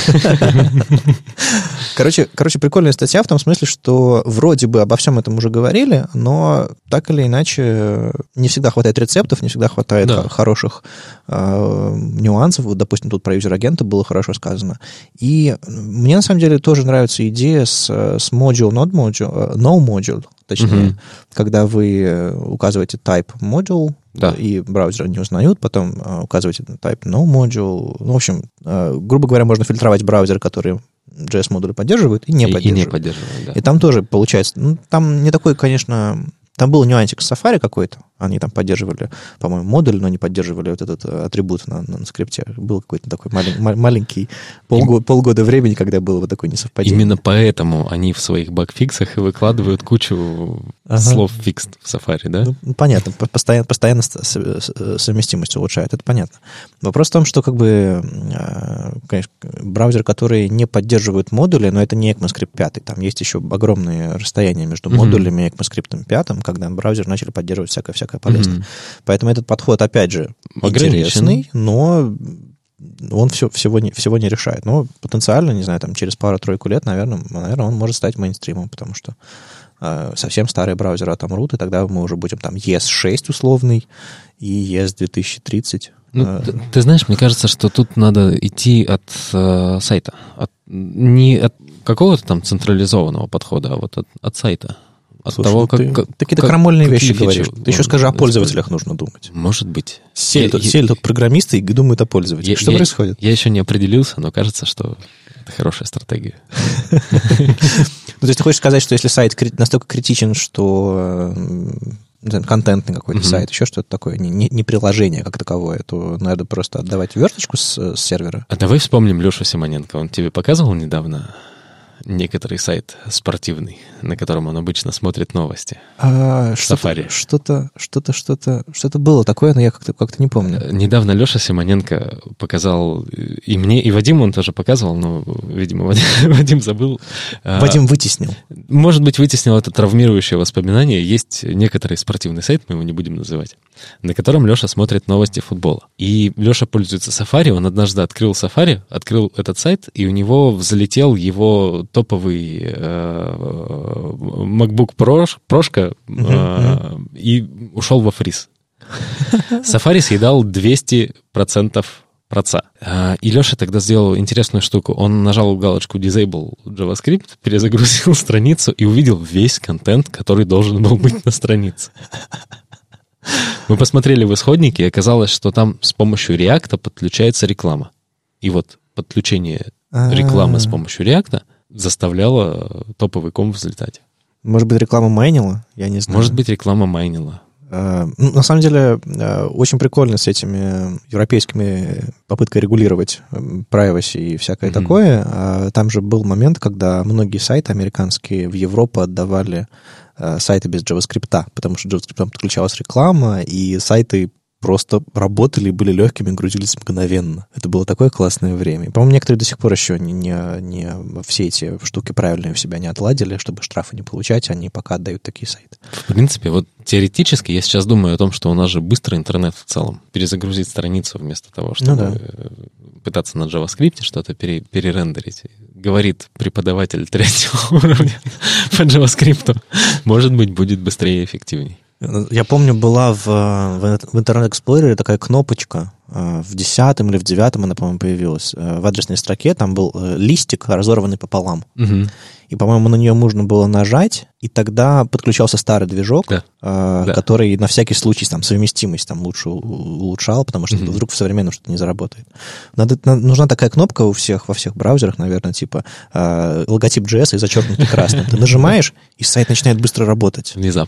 Короче, короче, прикольная статья в том смысле, что вроде бы обо всем этом уже говорили, но так или иначе не всегда хватает рецептов, не всегда хватает да. хороших э, нюансов. Вот, допустим, тут про юзер-агента было хорошо сказано. И мне, на самом деле, тоже нравится идея с, с module, not module, no module, точнее, mm-hmm. когда вы указываете type module, да. и браузеры не узнают, потом uh, указываете type no module. Ну, в общем, uh, грубо говоря, можно фильтровать браузеры, которые джей эс-модули поддерживают, и не и, поддерживают. И не поддерживают, да. И там тоже получается... Ну, там не такой, конечно... Там был нюансик с Safari какой-то. Они там поддерживали, по-моему, модуль, но не поддерживали вот этот атрибут на, на скрипте. Был какой-то такой малень, маленький полгода, полгода времени, когда было вот такое несовпадение. Именно поэтому они в своих багфиксах и выкладывают кучу ага. слов фикс в Safari, да? Ну, понятно. Постоянно, постоянно совместимость улучшает. Это понятно. Вопрос в том, что как бы, конечно, браузеры, которые не поддерживают модули, но это не ECMAScript пять. Там есть еще огромные расстояния между модулями и ECMAScript пять, когда браузеры начали поддерживать всякое-всякое полезное. Mm-hmm. Поэтому этот подход, опять же, интересный, но он все, всего, не, всего не решает. Но потенциально, не знаю, там через пару-тройку лет, наверное, наверное, он может стать мейнстримом, потому что э, совсем старые браузеры отомрут, и тогда мы уже будем там и эс шесть условный и и эс две тысячи тридцать. Ну, э, ты, ты знаешь, мне кажется, что тут надо идти от э, сайта. От, не от какого-то там централизованного подхода, а вот от, от сайта. От Слушай, того, ну как, ты как, какие-то как, крамольные вещи говоришь. Ты еще скажи, о пользователях использовать. нужно думать. Может быть. Сели, тут, сели тут программисты и думают о пользователях. Я, что я, происходит? Я еще не определился, но кажется, что это хорошая стратегия. Ну, то есть ты хочешь сказать, что если сайт настолько критичен, что контентный какой-то сайт, еще что-то такое, не приложение как таковое, то надо просто отдавать верточку с сервера? А давай вспомним Лешу Симоненко. Он тебе показывал недавно некоторый сайт спортивный, на котором он обычно смотрит новости. А, Safari. Что-то, что-то, что-то, что-то было такое, но я как-то, как-то не помню. Недавно Леша Симоненко показал, и мне, и Вадиму он тоже показывал, но, видимо, Вадим, Вадим забыл. Вадим вытеснил. Может быть, вытеснил это травмирующее воспоминание. Есть некоторый спортивный сайт, мы его не будем называть, на котором Леша смотрит новости футбола. И Леша пользуется Safari, он однажды открыл Safari, открыл этот сайт, и у него взлетел его топовый э, MacBook Pro, Прошка э, и ушел во фриз. Safari съедал двести процентов проца. И Леша тогда сделал интересную штуку. Он нажал галочку Disable JavaScript, перезагрузил страницу и увидел весь контент, который должен был быть на странице. Мы посмотрели в исходнике, и оказалось, что там с помощью React подключается реклама. И вот подключение рекламы с помощью React заставляло топовый ком взлетать. Может быть, реклама майнила? Я не знаю. Может быть, реклама майнила. Uh, ну, на самом деле, uh, очень прикольно с этими европейскими попыткой регулировать privacy и всякое mm-hmm. такое. Uh, там же был момент, когда многие сайты американские в Европу отдавали uh, сайты без JavaScript, потому что JavaScript подключалась реклама, и сайты просто работали, были легкими, грузились мгновенно. Это было такое классное время. По-моему, некоторые до сих пор еще не, не, не все эти штуки правильные у себя не отладили, чтобы штрафы не получать, они пока отдают такие сайты. В принципе, вот теоретически я сейчас думаю о том, что у нас же быстрый интернет в целом. Перезагрузить страницу вместо того, чтобы ну, да. пытаться на JavaScript что-то пере, перерендерить. Говорит преподаватель третьего уровня по JavaScript. Может быть, будет быстрее и эффективнее. Я помню, была в, в Internet Explorer такая кнопочка, в десятом или в девятом она, по-моему, появилась, в адресной строке, там был листик, разорванный пополам. Угу. И, по-моему, на нее можно было нажать, и тогда подключался старый движок, да. Э, который да. на всякий случай там, совместимость там, лучше улучшал, потому что угу. вдруг в современном что-то не заработает. Надо, нужна такая кнопка у всех, во всех браузерах, наверное, типа э, логотип джей эс и зачеркнутый красным. Ты нажимаешь, и сайт начинает быстро работать. Внезапно.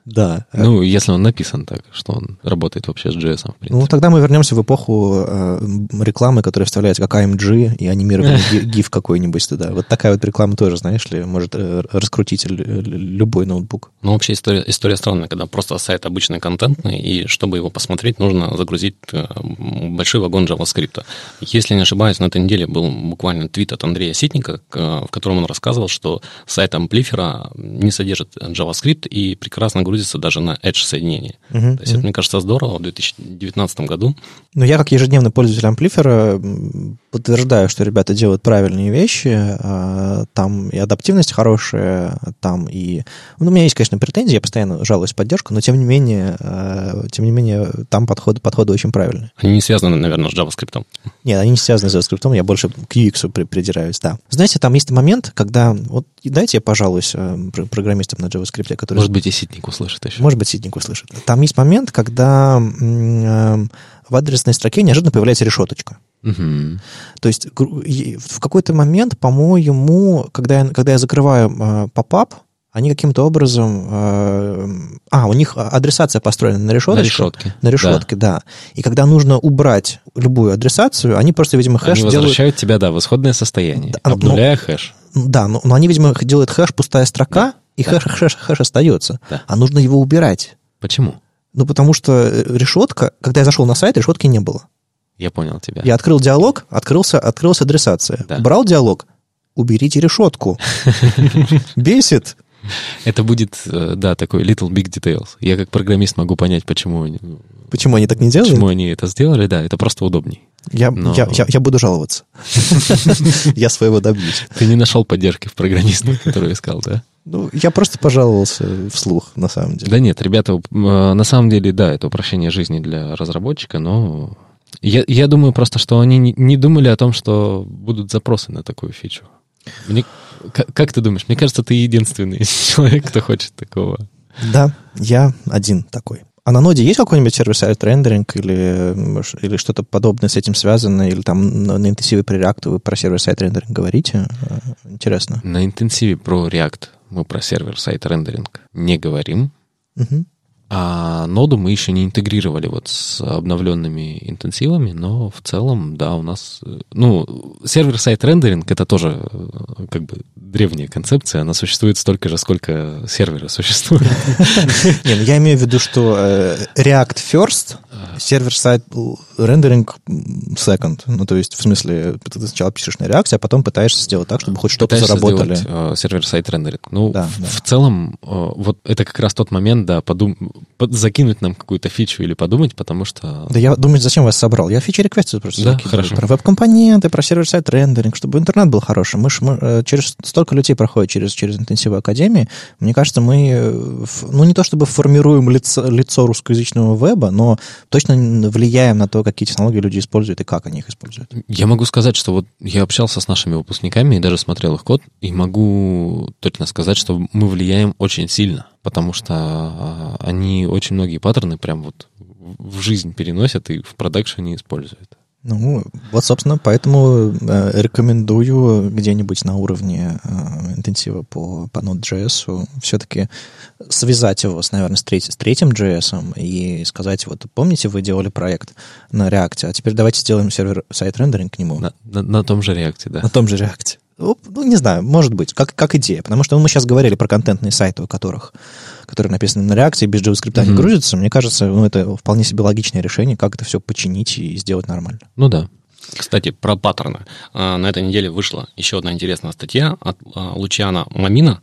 Да. Ну, если он написан так, что он работает вообще с джей эс, в принципе. Ну, тогда мы вернемся в эпоху э, рекламы, которая вставляется как эй эм джи и анимированный гиф какой-нибудь туда. Вот такая вот реклама тоже, знаешь ли, может э, раскрутить л- любой ноутбук. Ну, вообще история, история странная, когда просто сайт обычный контентный, и чтобы его посмотреть, нужно загрузить э, большой вагон JavaScript. Если не ошибаюсь, на этой неделе был буквально твит от Андрея Ситника, э, в котором он рассказывал, что сайт Amplifera не содержит JavaScript и прекрасно грузится даже на Edge-соединении. Uh-huh, То есть uh-huh. это, мне кажется, здорово в две тысячи девятнадцатом году. Ну, я как ежедневный пользователь Амплифера подтверждаю, что ребята делают правильные вещи. Там и адаптивность хорошая, там и... Ну, у меня есть, конечно, претензии, я постоянно жалуюсь в поддержку, но тем не менее, тем не менее, там подходы, подходы очень правильные. Они не связаны, наверное, с JavaScript. Нет, они не связаны с JavaScript, я больше к ю экс придираюсь, да. Знаете, там есть момент, когда... Вот дайте я пожалуюсь программистам на JavaScript, которые... Может быть, и Ситник услышит еще. Может быть, Ситник услышит. Там есть момент, когда м- в адресной строке неожиданно появляется решеточка. Угу. То есть в какой-то момент, по-моему, когда я, когда я закрываю э, поп-ап, они каким-то образом... Э, а, у них адресация построена на решеточке. На решетке. На решетке, да. да. И когда нужно убрать любую адресацию, они просто, видимо, хэш они делают... Они возвращают тебя, да, в исходное состояние, да, обнуляя ну, хэш. Да, но, но они, видимо, делают хэш пустая строка, да. и да. хэш, хэш, хэш остается. Да. А нужно его убирать. Почему? Ну, потому что решетка... Когда я зашел на сайт, решетки не было. Я понял тебя. Я открыл диалог, открылся, открылась адресация. Да. Брал диалог, уберите решетку. Бесит. Это будет, да, такой little big details. Я как программист могу понять, почему они... Почему они так не делают? Почему они это сделали, да, это просто удобней. Я, Но... я, я, я буду жаловаться. Я своего добьюсь. Ты не нашел поддержки в программистах, которую искал, да? Ну, я просто пожаловался вслух, на самом деле. Да нет, ребята, на самом деле, да, это упрощение жизни для разработчика, но... Я, я думаю просто, что они не, не думали о том, что будут запросы на такую фичу. Мне, как, как ты думаешь? Мне кажется, ты единственный человек, кто хочет такого. Да, я один такой. А на ноде есть какой-нибудь сервер-сайд рендеринг или, или что-то подобное с этим связано? Или там на, на интенсиве при React вы про сервер-сайд рендеринг говорите? Интересно. На интенсиве про React мы про сервер-сайд рендеринг не говорим. Угу. А ноду мы еще не интегрировали вот с обновленными интенсивами, но в целом, да, у нас... Ну, сервер-сайд рендеринг — это тоже как бы древняя концепция, она существует столько же, сколько серверы существуют. Не, ну я имею в виду, что React first, сервер-сайд рендеринг second. Ну, то есть, в смысле, ты сначала пишешь на React, а потом пытаешься сделать так, чтобы хоть что-то заработали. Сервер-сайд рендеринг. Ну, в целом, вот это как раз тот момент, да, подумать, закинуть нам какую-то фичу или подумать, потому что... Да я думаю, зачем вас собрал? Я фичи-реквесты просто да, закидываю. Хорошо. Про веб-компоненты, про сервер-сайд рендеринг, чтобы интернет был хороший. Мы, ж, мы через столько людей проходит через, через интенсивы Академии. Мне кажется, мы, ну, не то чтобы формируем лицо, лицо русскоязычного веба, но точно влияем на то, какие технологии люди используют и как они их используют. Я могу сказать, что вот я общался с нашими выпускниками и даже смотрел их код, и могу точно сказать, что мы влияем очень сильно, потому что они очень многие паттерны прям вот в жизнь переносят и в продакшене используют. Ну, вот, собственно, поэтому э, рекомендую где-нибудь на уровне э, интенсива по, по Node.js все-таки связать его, с, наверное, с, треть, с третьим джей эс и сказать, вот, помните, вы делали проект на React, а теперь давайте сделаем сервер-сайд рендеринг к нему. На, на, на том же React, да. На том же React. Ну, не знаю, может быть, как, как идея. Потому что мы сейчас говорили про контентные сайты, у которых, которые написаны на React, и без JavaScript mm-hmm. не грузятся. Мне кажется, ну, это вполне себе логичное решение, как это все починить и сделать нормально. Ну да. Кстати, про паттерны. На этой неделе вышла еще одна интересная статья от Лучиано Мамина.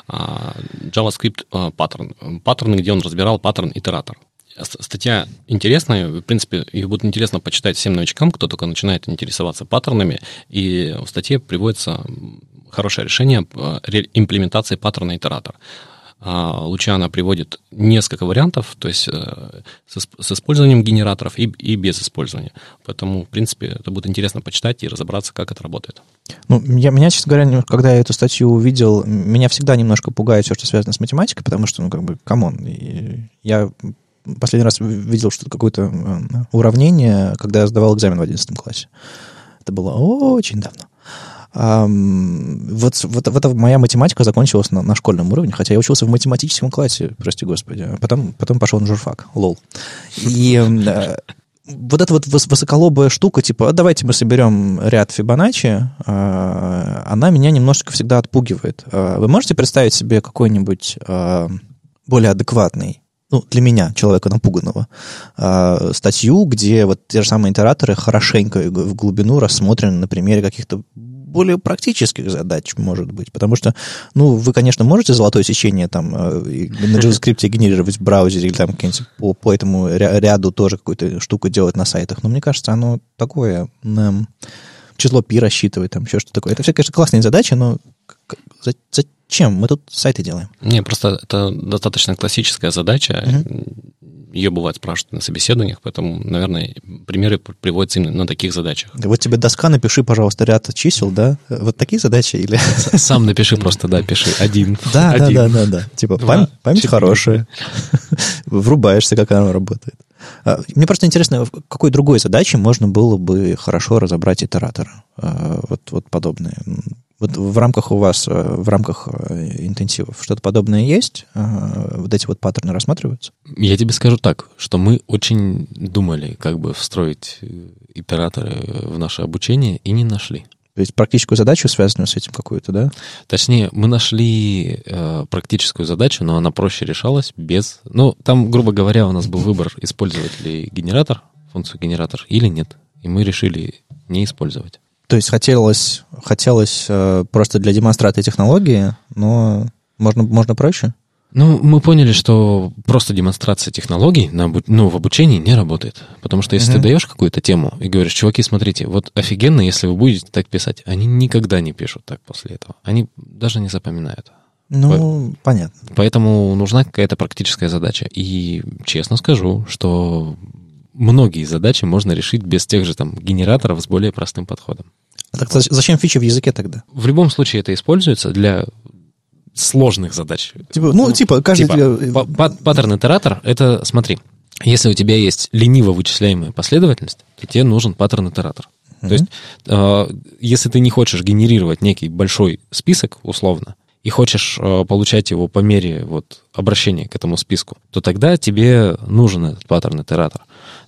JavaScript паттерн. Паттерны, где он разбирал паттерн-итератор. Статья интересная, в принципе, ее будет интересно почитать всем новичкам, кто только начинает интересоваться паттернами, и в статье приводится хорошее решение имплементации паттерна-итератора. Лучиано приводит несколько вариантов, то есть с использованием генераторов и, и без использования. Поэтому, в принципе, это будет интересно почитать и разобраться, как это работает. Ну, я, меня, честно говоря, когда я эту статью увидел, меня всегда немножко пугает все, что связано с математикой, потому что, ну, как бы, камон, я... Последний раз видел что-то, какое-то уравнение, когда я сдавал экзамен в одиннадцатом классе. Это было очень давно. Вот, вот, вот моя математика закончилась на, на школьном уровне, хотя я учился в математическом классе, прости господи, а потом, потом пошел на журфак, лол. И вот эта вот высоколобая штука, типа, давайте мы соберем ряд Фибоначчи, она меня немножечко всегда отпугивает. Вы можете представить себе какой-нибудь более адекватный, ну, для меня, человека напуганного, статью, где вот те же самые итераторы хорошенько в глубину рассмотрены на примере каких-то более практических задач, может быть. Потому что, ну, вы, конечно, можете золотое сечение там на JavaScript генерировать в браузере или там по, по этому ряду тоже какую-то штуку делать на сайтах, но мне кажется, оно такое, число пи рассчитывать, там еще что-то такое. Это все, конечно, классные задачи, но зачем? Мы тут сайты делаем. Не, просто это достаточно классическая задача. Uh-huh. Ее бывает спрашивают на собеседованиях, поэтому, наверное, примеры приводятся именно на таких задачах. Вот тебе доска, напиши, пожалуйста, ряд чисел, да? Вот такие задачи или... Сам напиши просто, да, пиши. Один. Да, да, да, да, да. Типа память хорошая. Врубаешься, как она работает. Мне просто интересно, в какой другой задаче можно было бы хорошо разобрать итератора? Вот, вот подобные. Вот в рамках у вас, в рамках интенсивов что-то подобное есть? Вот эти вот паттерны рассматриваются? Я тебе скажу так, что мы очень думали, как бы встроить итераторы в наше обучение и не нашли. То есть практическую задачу, связанную с этим какую-то, да? Точнее, мы нашли э, практическую задачу, но она проще решалась без... Ну, там, грубо говоря, у нас был выбор, использовать ли генератор, функцию генератор, или нет. И мы решили не использовать. То есть хотелось, хотелось э, просто для демонстрации технологии, но можно, можно проще? Ну, мы поняли, что просто демонстрация технологий на, ну, в обучении не работает. Потому что если uh-huh. ты даешь какую-то тему и говоришь, чуваки, смотрите, вот офигенно, если вы будете так писать. Они никогда не пишут так после этого. Они даже не запоминают. Ну, По... понятно. Поэтому нужна какая-то практическая задача. И честно скажу, что многие задачи можно решить без тех же там генераторов с более простым подходом. А так зачем фичи в языке тогда? В любом случае это используется для сложных задач. Типа, ну, типа, каждый... Типа, паттерн-итератор — это, смотри, если у тебя есть лениво вычисляемая последовательность, то тебе нужен паттерн-итератор. Mm-hmm. То есть, э, если ты не хочешь генерировать некий большой список, условно, и хочешь э, получать его по мере вот, обращения к этому списку, то тогда тебе нужен этот паттерн-итератор.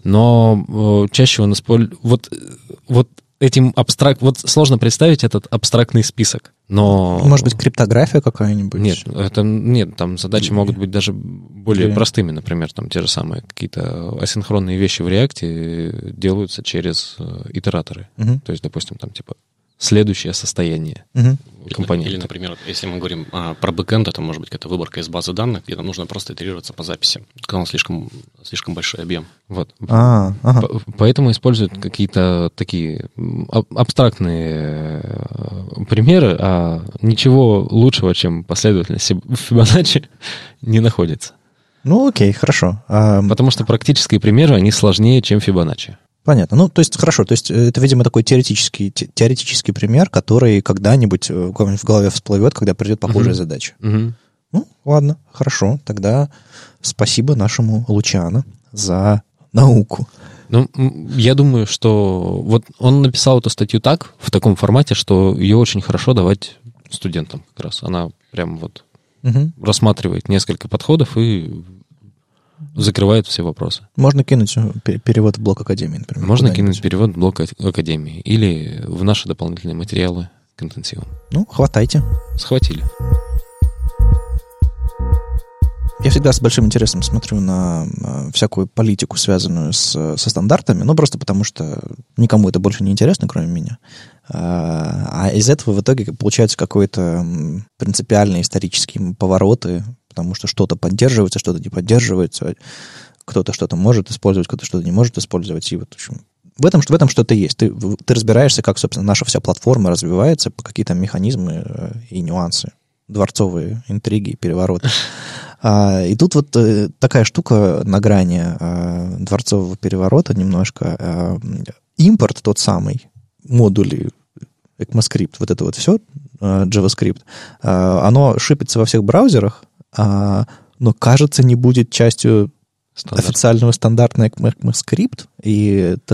Но э, чаще он использует... Вот, вот этим абстракт... Вот сложно представить этот абстрактный список, но... Может быть, криптография какая-нибудь? Нет, это, нет, там задачи могут быть даже более Или... простыми. Например, там те же самые какие-то асинхронные вещи в React делаются через итераторы. Угу. То есть, допустим, там типа следующее состояние угу. компонента. Или, например, если мы говорим а, про бэкэнд, это может быть какая-то выборка из базы данных, где нам нужно просто итерироваться по записи, когда у нас слишком, слишком большой объем. Вот. А, ага. Поэтому используют какие-то такие абстрактные примеры, а ничего лучшего, чем последовательность Фибоначчи, не находится. Ну, окей, хорошо. Потому что практические примеры, они сложнее, чем Фибоначчи. Понятно. Ну, то есть, хорошо. То есть, это, видимо, такой теоретический, те, теоретический пример, который когда-нибудь в голове всплывет, когда придет похожая uh-huh. задача. Uh-huh. Ну, ладно, хорошо. Тогда спасибо нашему Лучано за науку. Ну, я думаю, что вот он написал эту статью так, в таком формате, что ее очень хорошо давать студентам как раз. Она прям вот uh-huh. рассматривает несколько подходов и закрывает все вопросы. Можно кинуть перевод в блог Академии, например. Можно кинуть перевод в блог Академии или в наши дополнительные материалы к интенсивам. Ну, хватайте. Схватили. Я всегда с большим интересом смотрю на всякую политику, связанную с, со стандартами, ну, просто потому что никому это больше не интересно, кроме меня. А из этого в итоге получаются какие-то принципиальные исторические повороты, потому что что-то поддерживается, что-то не поддерживается, кто-то что-то может использовать, кто-то что-то не может использовать. И вот, в общем, в этом, в этом что-то есть. Ты, ты разбираешься, как, собственно, наша вся платформа развивается, по какие там механизмы и нюансы, дворцовые интриги, перевороты. А, и тут вот э, такая штука на грани э, дворцового переворота немножко. Э, импорт тот самый, модули, ECMAScript, вот это вот все, э, JavaScript, э, оно шипится во всех браузерах, э, но, кажется, не будет частью Стандарт. официального стандартного ECMAScript, и ти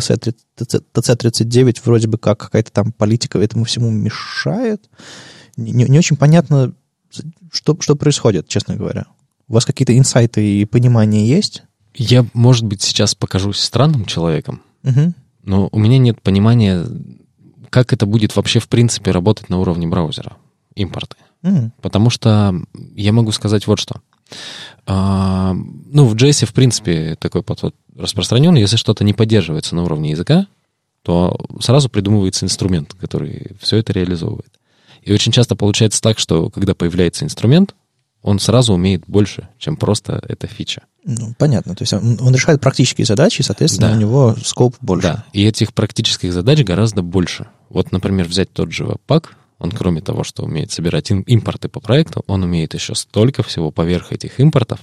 си тридцать девять вроде бы как какая-то там политика этому всему мешает. Не, не очень понятно, что, что происходит, честно говоря. У вас какие-то инсайты и понимания есть? Я, может быть, сейчас покажусь странным человеком, Угу. но у меня нет понимания, как это будет вообще в принципе работать на уровне браузера, импорты. Угу. Потому что я могу сказать вот что. А, ну, в джей эс, в принципе, такой подход распространен. Если что-то не поддерживается на уровне языка, то сразу придумывается инструмент, который все это реализовывает. И очень часто получается так, что когда появляется инструмент, он сразу умеет больше, чем просто эта фича. Ну, понятно. То есть он, он решает практические задачи, и, соответственно, Да. у него скоп больше. Да, и этих практических задач гораздо больше. Вот, например, взять тот же Webpack, он, кроме того, что умеет собирать им- импорты по проекту, он умеет еще столько всего поверх этих импортов,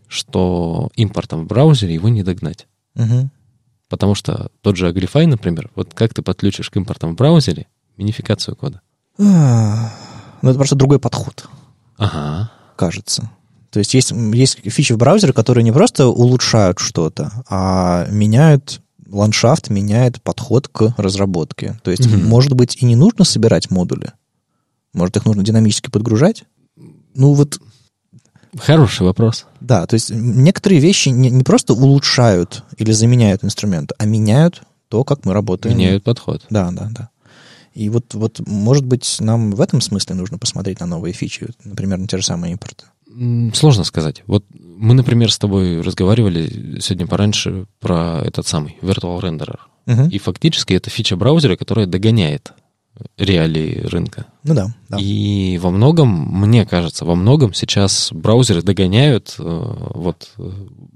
что импортом в браузере его не догнать. Угу. Потому что тот же Agrify, например, вот как ты подключишь к импортам в браузере минификацию кода? Ну, это просто другой подход, Ага. кажется. То есть, есть есть фичи в браузере, которые не просто улучшают что-то, а меняют ландшафт, меняют подход к разработке. То есть, Мгм. может быть, и не нужно собирать модули. Может, их нужно динамически подгружать. Ну, вот, Хороший вопрос. да, то есть некоторые вещи не, не просто улучшают или заменяют инструмент, а меняют то, как мы работаем. Меняют подход. Да, да, да. И вот, вот, может быть, нам в этом смысле нужно посмотреть на новые фичи, например, на те же самые импорты. М, Сложно сказать. Вот мы, например, с тобой разговаривали сегодня пораньше про этот самый Virtual Renderer. Мгм. И фактически это фича браузера, которая догоняет реалии рынка. Ну да, да. И во многом, мне кажется, во многом сейчас браузеры догоняют э, вот э,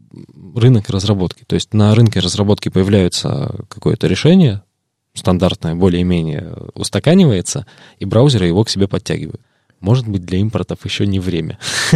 рынок разработки. То есть на рынке разработки появляется какое-то решение, стандартное, более-менее устаканивается, и браузеры его к себе подтягивают. Может быть, для импортов еще не время.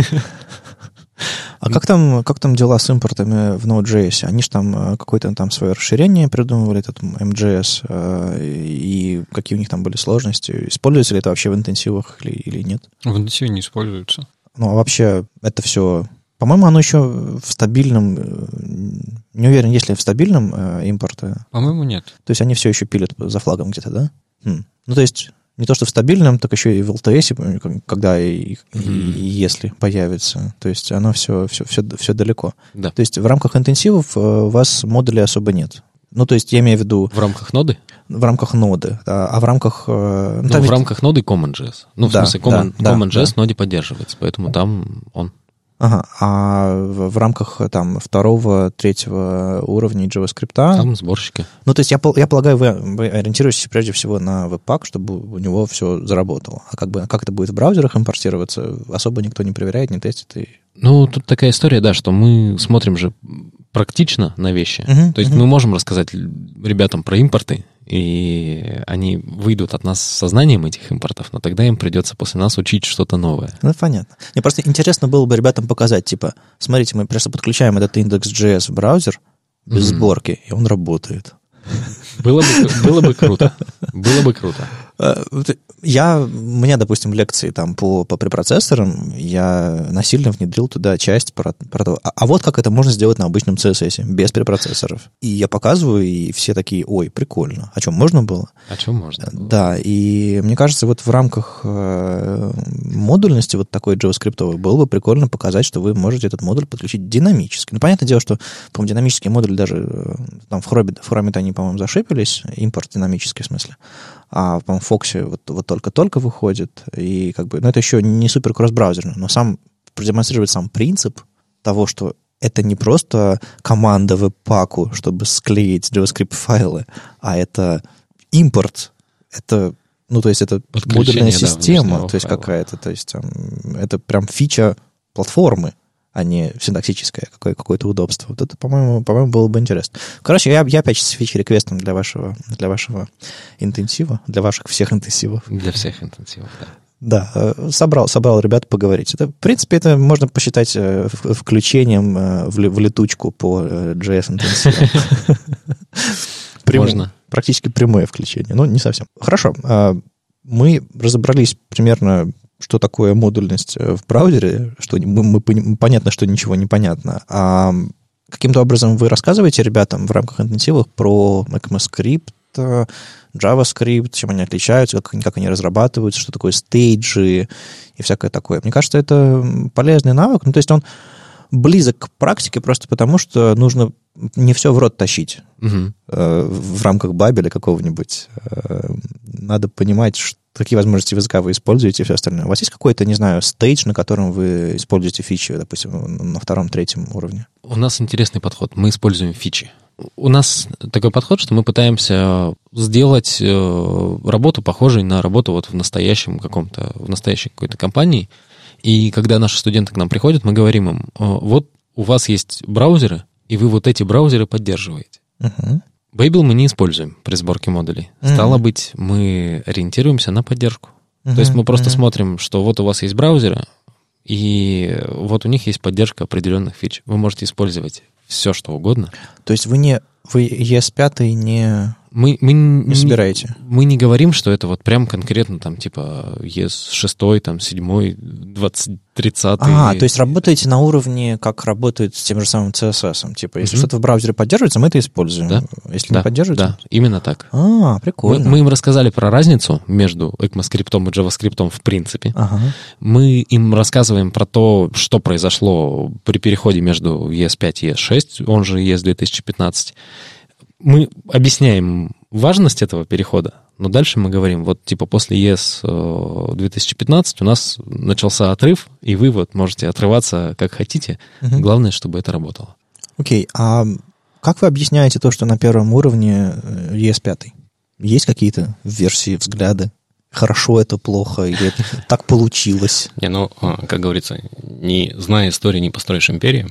А как там, как там дела с импортами в Node.js? Они же там э, какое-то там свое расширение придумывали, этот эм джей эс, э, и какие у них там были сложности? Используется ли это вообще в интенсивах или, или нет? В интенсиве не используется. Ну, а вообще это все... По-моему, оно еще в стабильном... э, Не уверен, есть ли в стабильном э, импорте. По-моему, нет. То есть они все еще пилят за флагом где-то, да? Хм. Ну, то есть не то, что в стабильном, так еще и в эл ти эс, когда и, и- Мгм. и если появится. То есть оно все, все, все, все далеко. Да. То есть в рамках интенсивов э, у вас модулей особо нет. Ну, то есть я имею в виду В рамках ноды? в рамках ноды, да, а в рамках... э, Ну, там в ведь- рамках ноды CommonJS. Ну, в Да, смысле, Common, да, да, CommonJS да. ноде поддерживается, поэтому там он. Ага, а в, в рамках э, там второго, третьего уровня JavaScript... Там сборщики. Ну, то есть я, пол- я полагаю, вы, вы ориентируетесь прежде всего на Webpack, чтобы у него все заработало. А как, бы, как это будет в браузерах импортироваться, особо никто не проверяет, не тестит. И... Ну, тут такая история, да, что мы смотрим же практично на вещи. Мгм, То есть мгм. мы можем рассказать л- ребятам про импорты, и они выйдут от нас с сознанием этих импортов, но тогда им придется после нас учить что-то новое. Ну, понятно. Мне просто интересно было бы ребятам показать, типа, смотрите, мы просто подключаем этот индекс.js в браузер без Мгм. сборки, и он работает. Было бы, было бы круто. Было бы круто. Э, вот Я, у меня, допустим, в лекции там по, по препроцессорам, я насильно внедрил туда часть про, про то, а, а вот как это можно сделать на обычном си эс эс, без препроцессоров. И я показываю, и все такие, ой, прикольно. А что, можно было? О чем можно? было? Да, и мне кажется, вот в рамках э, модульности вот такой JavaScript было бы прикольно показать, что вы можете этот модуль подключить динамически. Ну, понятное дело, что, по-моему, динамические модули даже э, там в Chrome, в Chrome они, по-моему, зашипились, импорт динамический в смысле. А, по-моему, в Fox вот, вот только-только выходит, и как бы, ну, это еще не супер кросс-браузерно, но сам продемонстрировать сам принцип того, что это не просто команда в паку, чтобы склеить JavaScript-файлы, а это импорт, это, ну, то есть это Подключение, модульная да, система, внешнего то есть файла. какая-то, то есть там, это прям фича платформы, а не синтаксическое какое- какое-то удобство. Вот это, по-моему, по-моему, было бы интересно. Короче, я, я опять с фичи-реквестом для вашего, для вашего интенсива, для ваших всех интенсивов. Для всех интенсивов, да. Да, э, собрал, собрал ребят поговорить. Это, в принципе, это можно посчитать э, в- включением э, в, ли- в летучку по э, джей эс-интенсивам. Прямое, Можно. Практически прямое включение. Ну, не совсем. Хорошо. а, Мы разобрались примерно, что такое модульность э, в браузере, что мы, мы пони- понятно, что ничего не понятно. А каким-то образом вы рассказываете ребятам в рамках интенсивов про ECMAScript, JavaScript, чем они отличаются, как, как они разрабатываются, что такое стейджи и всякое такое. Мне кажется, это полезный навык. Ну, то есть он близок к практике просто потому, что нужно не все в рот тащить угу. э, в рамках Бабеля какого-нибудь. Э, надо понимать, что, какие возможности языка вы используете и все остальное. У вас есть какой-то, не знаю, стейдж, на котором вы используете фичи, допустим, на втором, третьем уровне? У нас интересный подход. Мы используем фичи. У нас такой подход, что мы пытаемся сделать э, работу похожей на работу вот в настоящем каком-то, в настоящей какой-то компании. И когда наши студенты к нам приходят, мы говорим им, вот у вас есть браузеры, и вы вот эти браузеры поддерживаете. Uh-huh. Babel мы не используем при сборке модулей. Uh-huh. Стало быть, мы ориентируемся на поддержку. Uh-huh. То есть мы просто uh-huh. смотрим, что вот у вас есть браузеры, и вот у них есть поддержка определенных фич. Вы можете использовать все, что угодно. То есть вы не вы и эс пять не, мы, мы не собираете? Мы не говорим, что это вот прям конкретно там типа и эс шесть, там, семь, двадцать, тридцать. А, то есть работаете на уровне, как работает с тем же самым си эс эс. Типа, если mm-hmm. что-то в браузере поддерживается, мы это используем. Да? Если да. не поддерживается? Да, именно так. А, прикольно. Мы, мы им рассказали про разницу между ECMAScript и JavaScript в принципе. Ага. Мы им рассказываем про то, что произошло при переходе между и эс пять и и эс шесть, он же и эс две тысячи пятнадцать. Мы объясняем важность этого перехода, но дальше мы говорим, вот типа после и эс две тысячи пятнадцать у нас начался отрыв, и вы вот можете отрываться как хотите. Угу. Главное, чтобы это работало. Окей, а как вы объясняете то, что на первом уровне и эс пять? Есть какие-то версии, взгляды? Хорошо это, плохо, или это так получилось? Не, ну, как говорится, не зная истории, не построишь империю.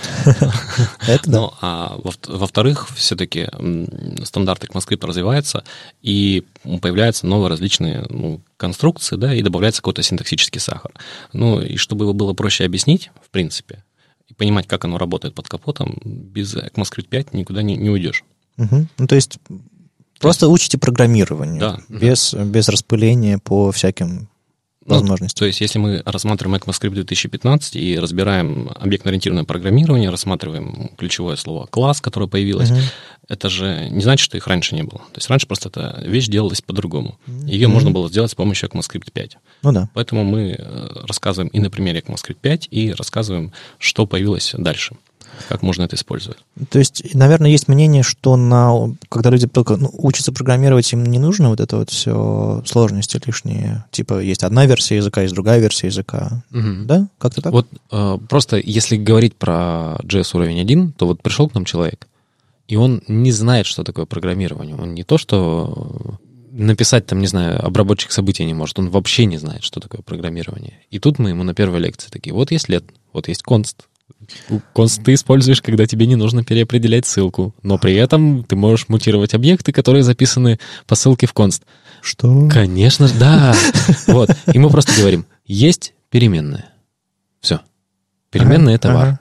Это да. Ну, а во-вторых, все-таки стандарт ECMAScript развивается, и появляются новые различные ну, конструкции, да, и добавляется какой-то синтаксический сахар. Ну, и чтобы его было проще объяснить, в принципе, и понимать, как оно работает под капотом, без ECMAScript пять никуда не, не уйдешь. Угу. Ну, то есть... Просто учите программированию, да, без, да. без распыления по всяким ну, возможностям. То есть, если мы рассматриваем ECMAScript две тысячи пятнадцать и разбираем объектно-ориентированное программирование, рассматриваем ключевое слово «класс», которое появилось, uh-huh. это же не значит, что их раньше не было. То есть, раньше просто эта вещь делалась по-другому. Ее uh-huh. можно было сделать с помощью ECMAScript пять. Ну да. Поэтому мы рассказываем и на примере ECMAScript пять, и рассказываем, что появилось дальше. Как можно это использовать? То есть, наверное, есть мнение, что на, когда люди только ну, учатся программировать, им не нужно вот это вот все сложности лишние. Типа, есть одна версия языка, есть другая версия языка. Угу. Да? Как-то так? Вот э, просто если говорить про джей эс уровень один, то вот пришел к нам человек, и он не знает, что такое программирование. Он не то, что написать там, не знаю, обработчик событий не может, он вообще не знает, что такое программирование. И тут мы ему на первой лекции такие, вот есть let, вот есть const. Const ты используешь, когда тебе не нужно переопределять ссылку, но при этом ты можешь мутировать объекты, которые записаны по ссылке в const. Что? Конечно, да. Вот. И мы просто говорим, есть переменная. Все. Переменная — это var.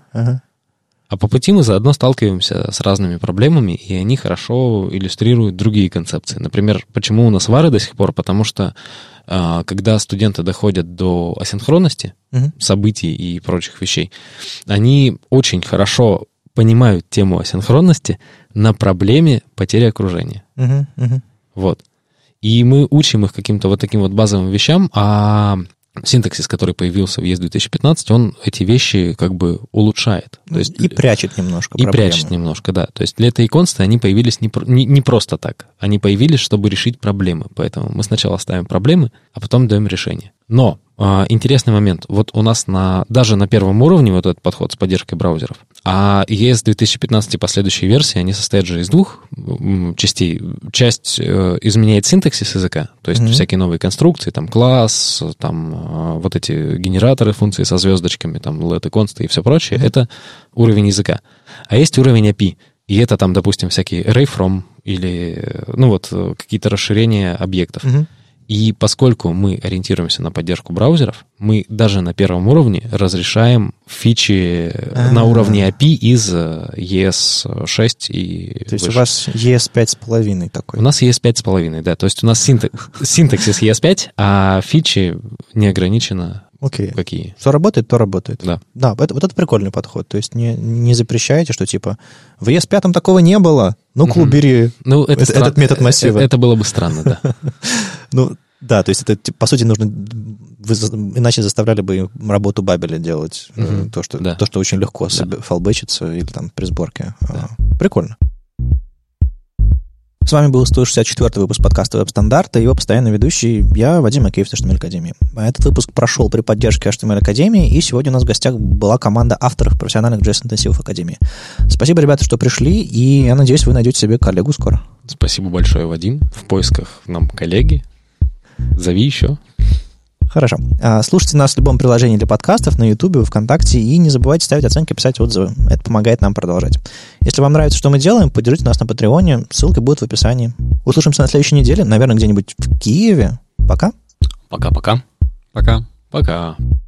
А по пути мы заодно сталкиваемся с разными проблемами, и они хорошо иллюстрируют другие концепции. Например, почему у нас вары до сих пор? Потому что когда студенты доходят до асинхронности, uh-huh. событий и прочих вещей, они очень хорошо понимают тему асинхронности на проблеме потери окружения. Uh-huh. Uh-huh. Вот. И мы учим их каким-то вот таким вот базовым вещам, а синтаксис, который появился в и эс две тысячи пятнадцать, он эти вещи как бы улучшает. То есть, и прячет немножко И проблемы. прячет немножко, да. То есть лето и консты, они появились не, не, не просто так. Они появились, чтобы решить проблемы. Поэтому мы сначала ставим проблемы, а потом даем решение. Но а, интересный момент. Вот у нас на, даже на первом уровне вот этот подход с поддержкой браузеров, а и эс две тысячи пятнадцать и последующие версии, они состоят же из двух частей. Часть э, изменяет синтаксис языка, то есть mm-hmm. всякие новые конструкции, там класс, там э, вот эти генераторы функций со звездочками, там let и const и все прочее. Mm-hmm. Это уровень языка. А есть уровень эй пи ай. И это там, допустим, всякие array from или, ну вот, какие-то расширения объектов. Mm-hmm. И поскольку мы ориентируемся на поддержку браузеров, мы даже на первом уровне разрешаем фичи А-а-а. на уровне эй пи ай из и эс шесть и То есть выше. у вас и эс пять с половиной такой? У нас и эс пять с половиной, да. То есть у нас синтаксис и эс пять, а фичи неограниченно Окей. какие. Что работает, то работает. Да. Да, это, вот это прикольный подход. То есть не, не запрещаете, что типа в и эс пять такого не было, ну-ка Мгм. убери Ну, это этот, стран- этот метод массива. Это было бы странно, да. Ну, да, то есть это, типа, по сути, нужно... Вы за- иначе заставляли бы им работу Бабеля делать. э, Мгм. То, что, Да. то, что очень легко Да. себе фалбэчится или там при сборке. Да. А, Прикольно. С вами был сто шестьдесят четвёртый выпуск подкаста «Веб-стандарты», его постоянный ведущий, я, Вадим Макеев с эйч ти эм эль Академии. Этот выпуск прошел при поддержке эйч ти эм эль Академии, и сегодня у нас в гостях была команда авторов профессиональных джей эс-интенсивов Академии. Спасибо, ребята, что пришли, и я надеюсь, вы найдете себе коллегу скоро. Спасибо большое, Вадим. В поисках нам коллеги. Зови еще. Хорошо. А, Слушайте нас в любом приложении для подкастов, на Ютубе, ВКонтакте, и не забывайте ставить оценки, писать отзывы. Это помогает нам продолжать. Если вам нравится, что мы делаем, поддержите нас на Патреоне, ссылка будет в описании. Услышимся на следующей неделе, наверное, где-нибудь в Киеве. Пока. Пока-пока. Пока. Пока.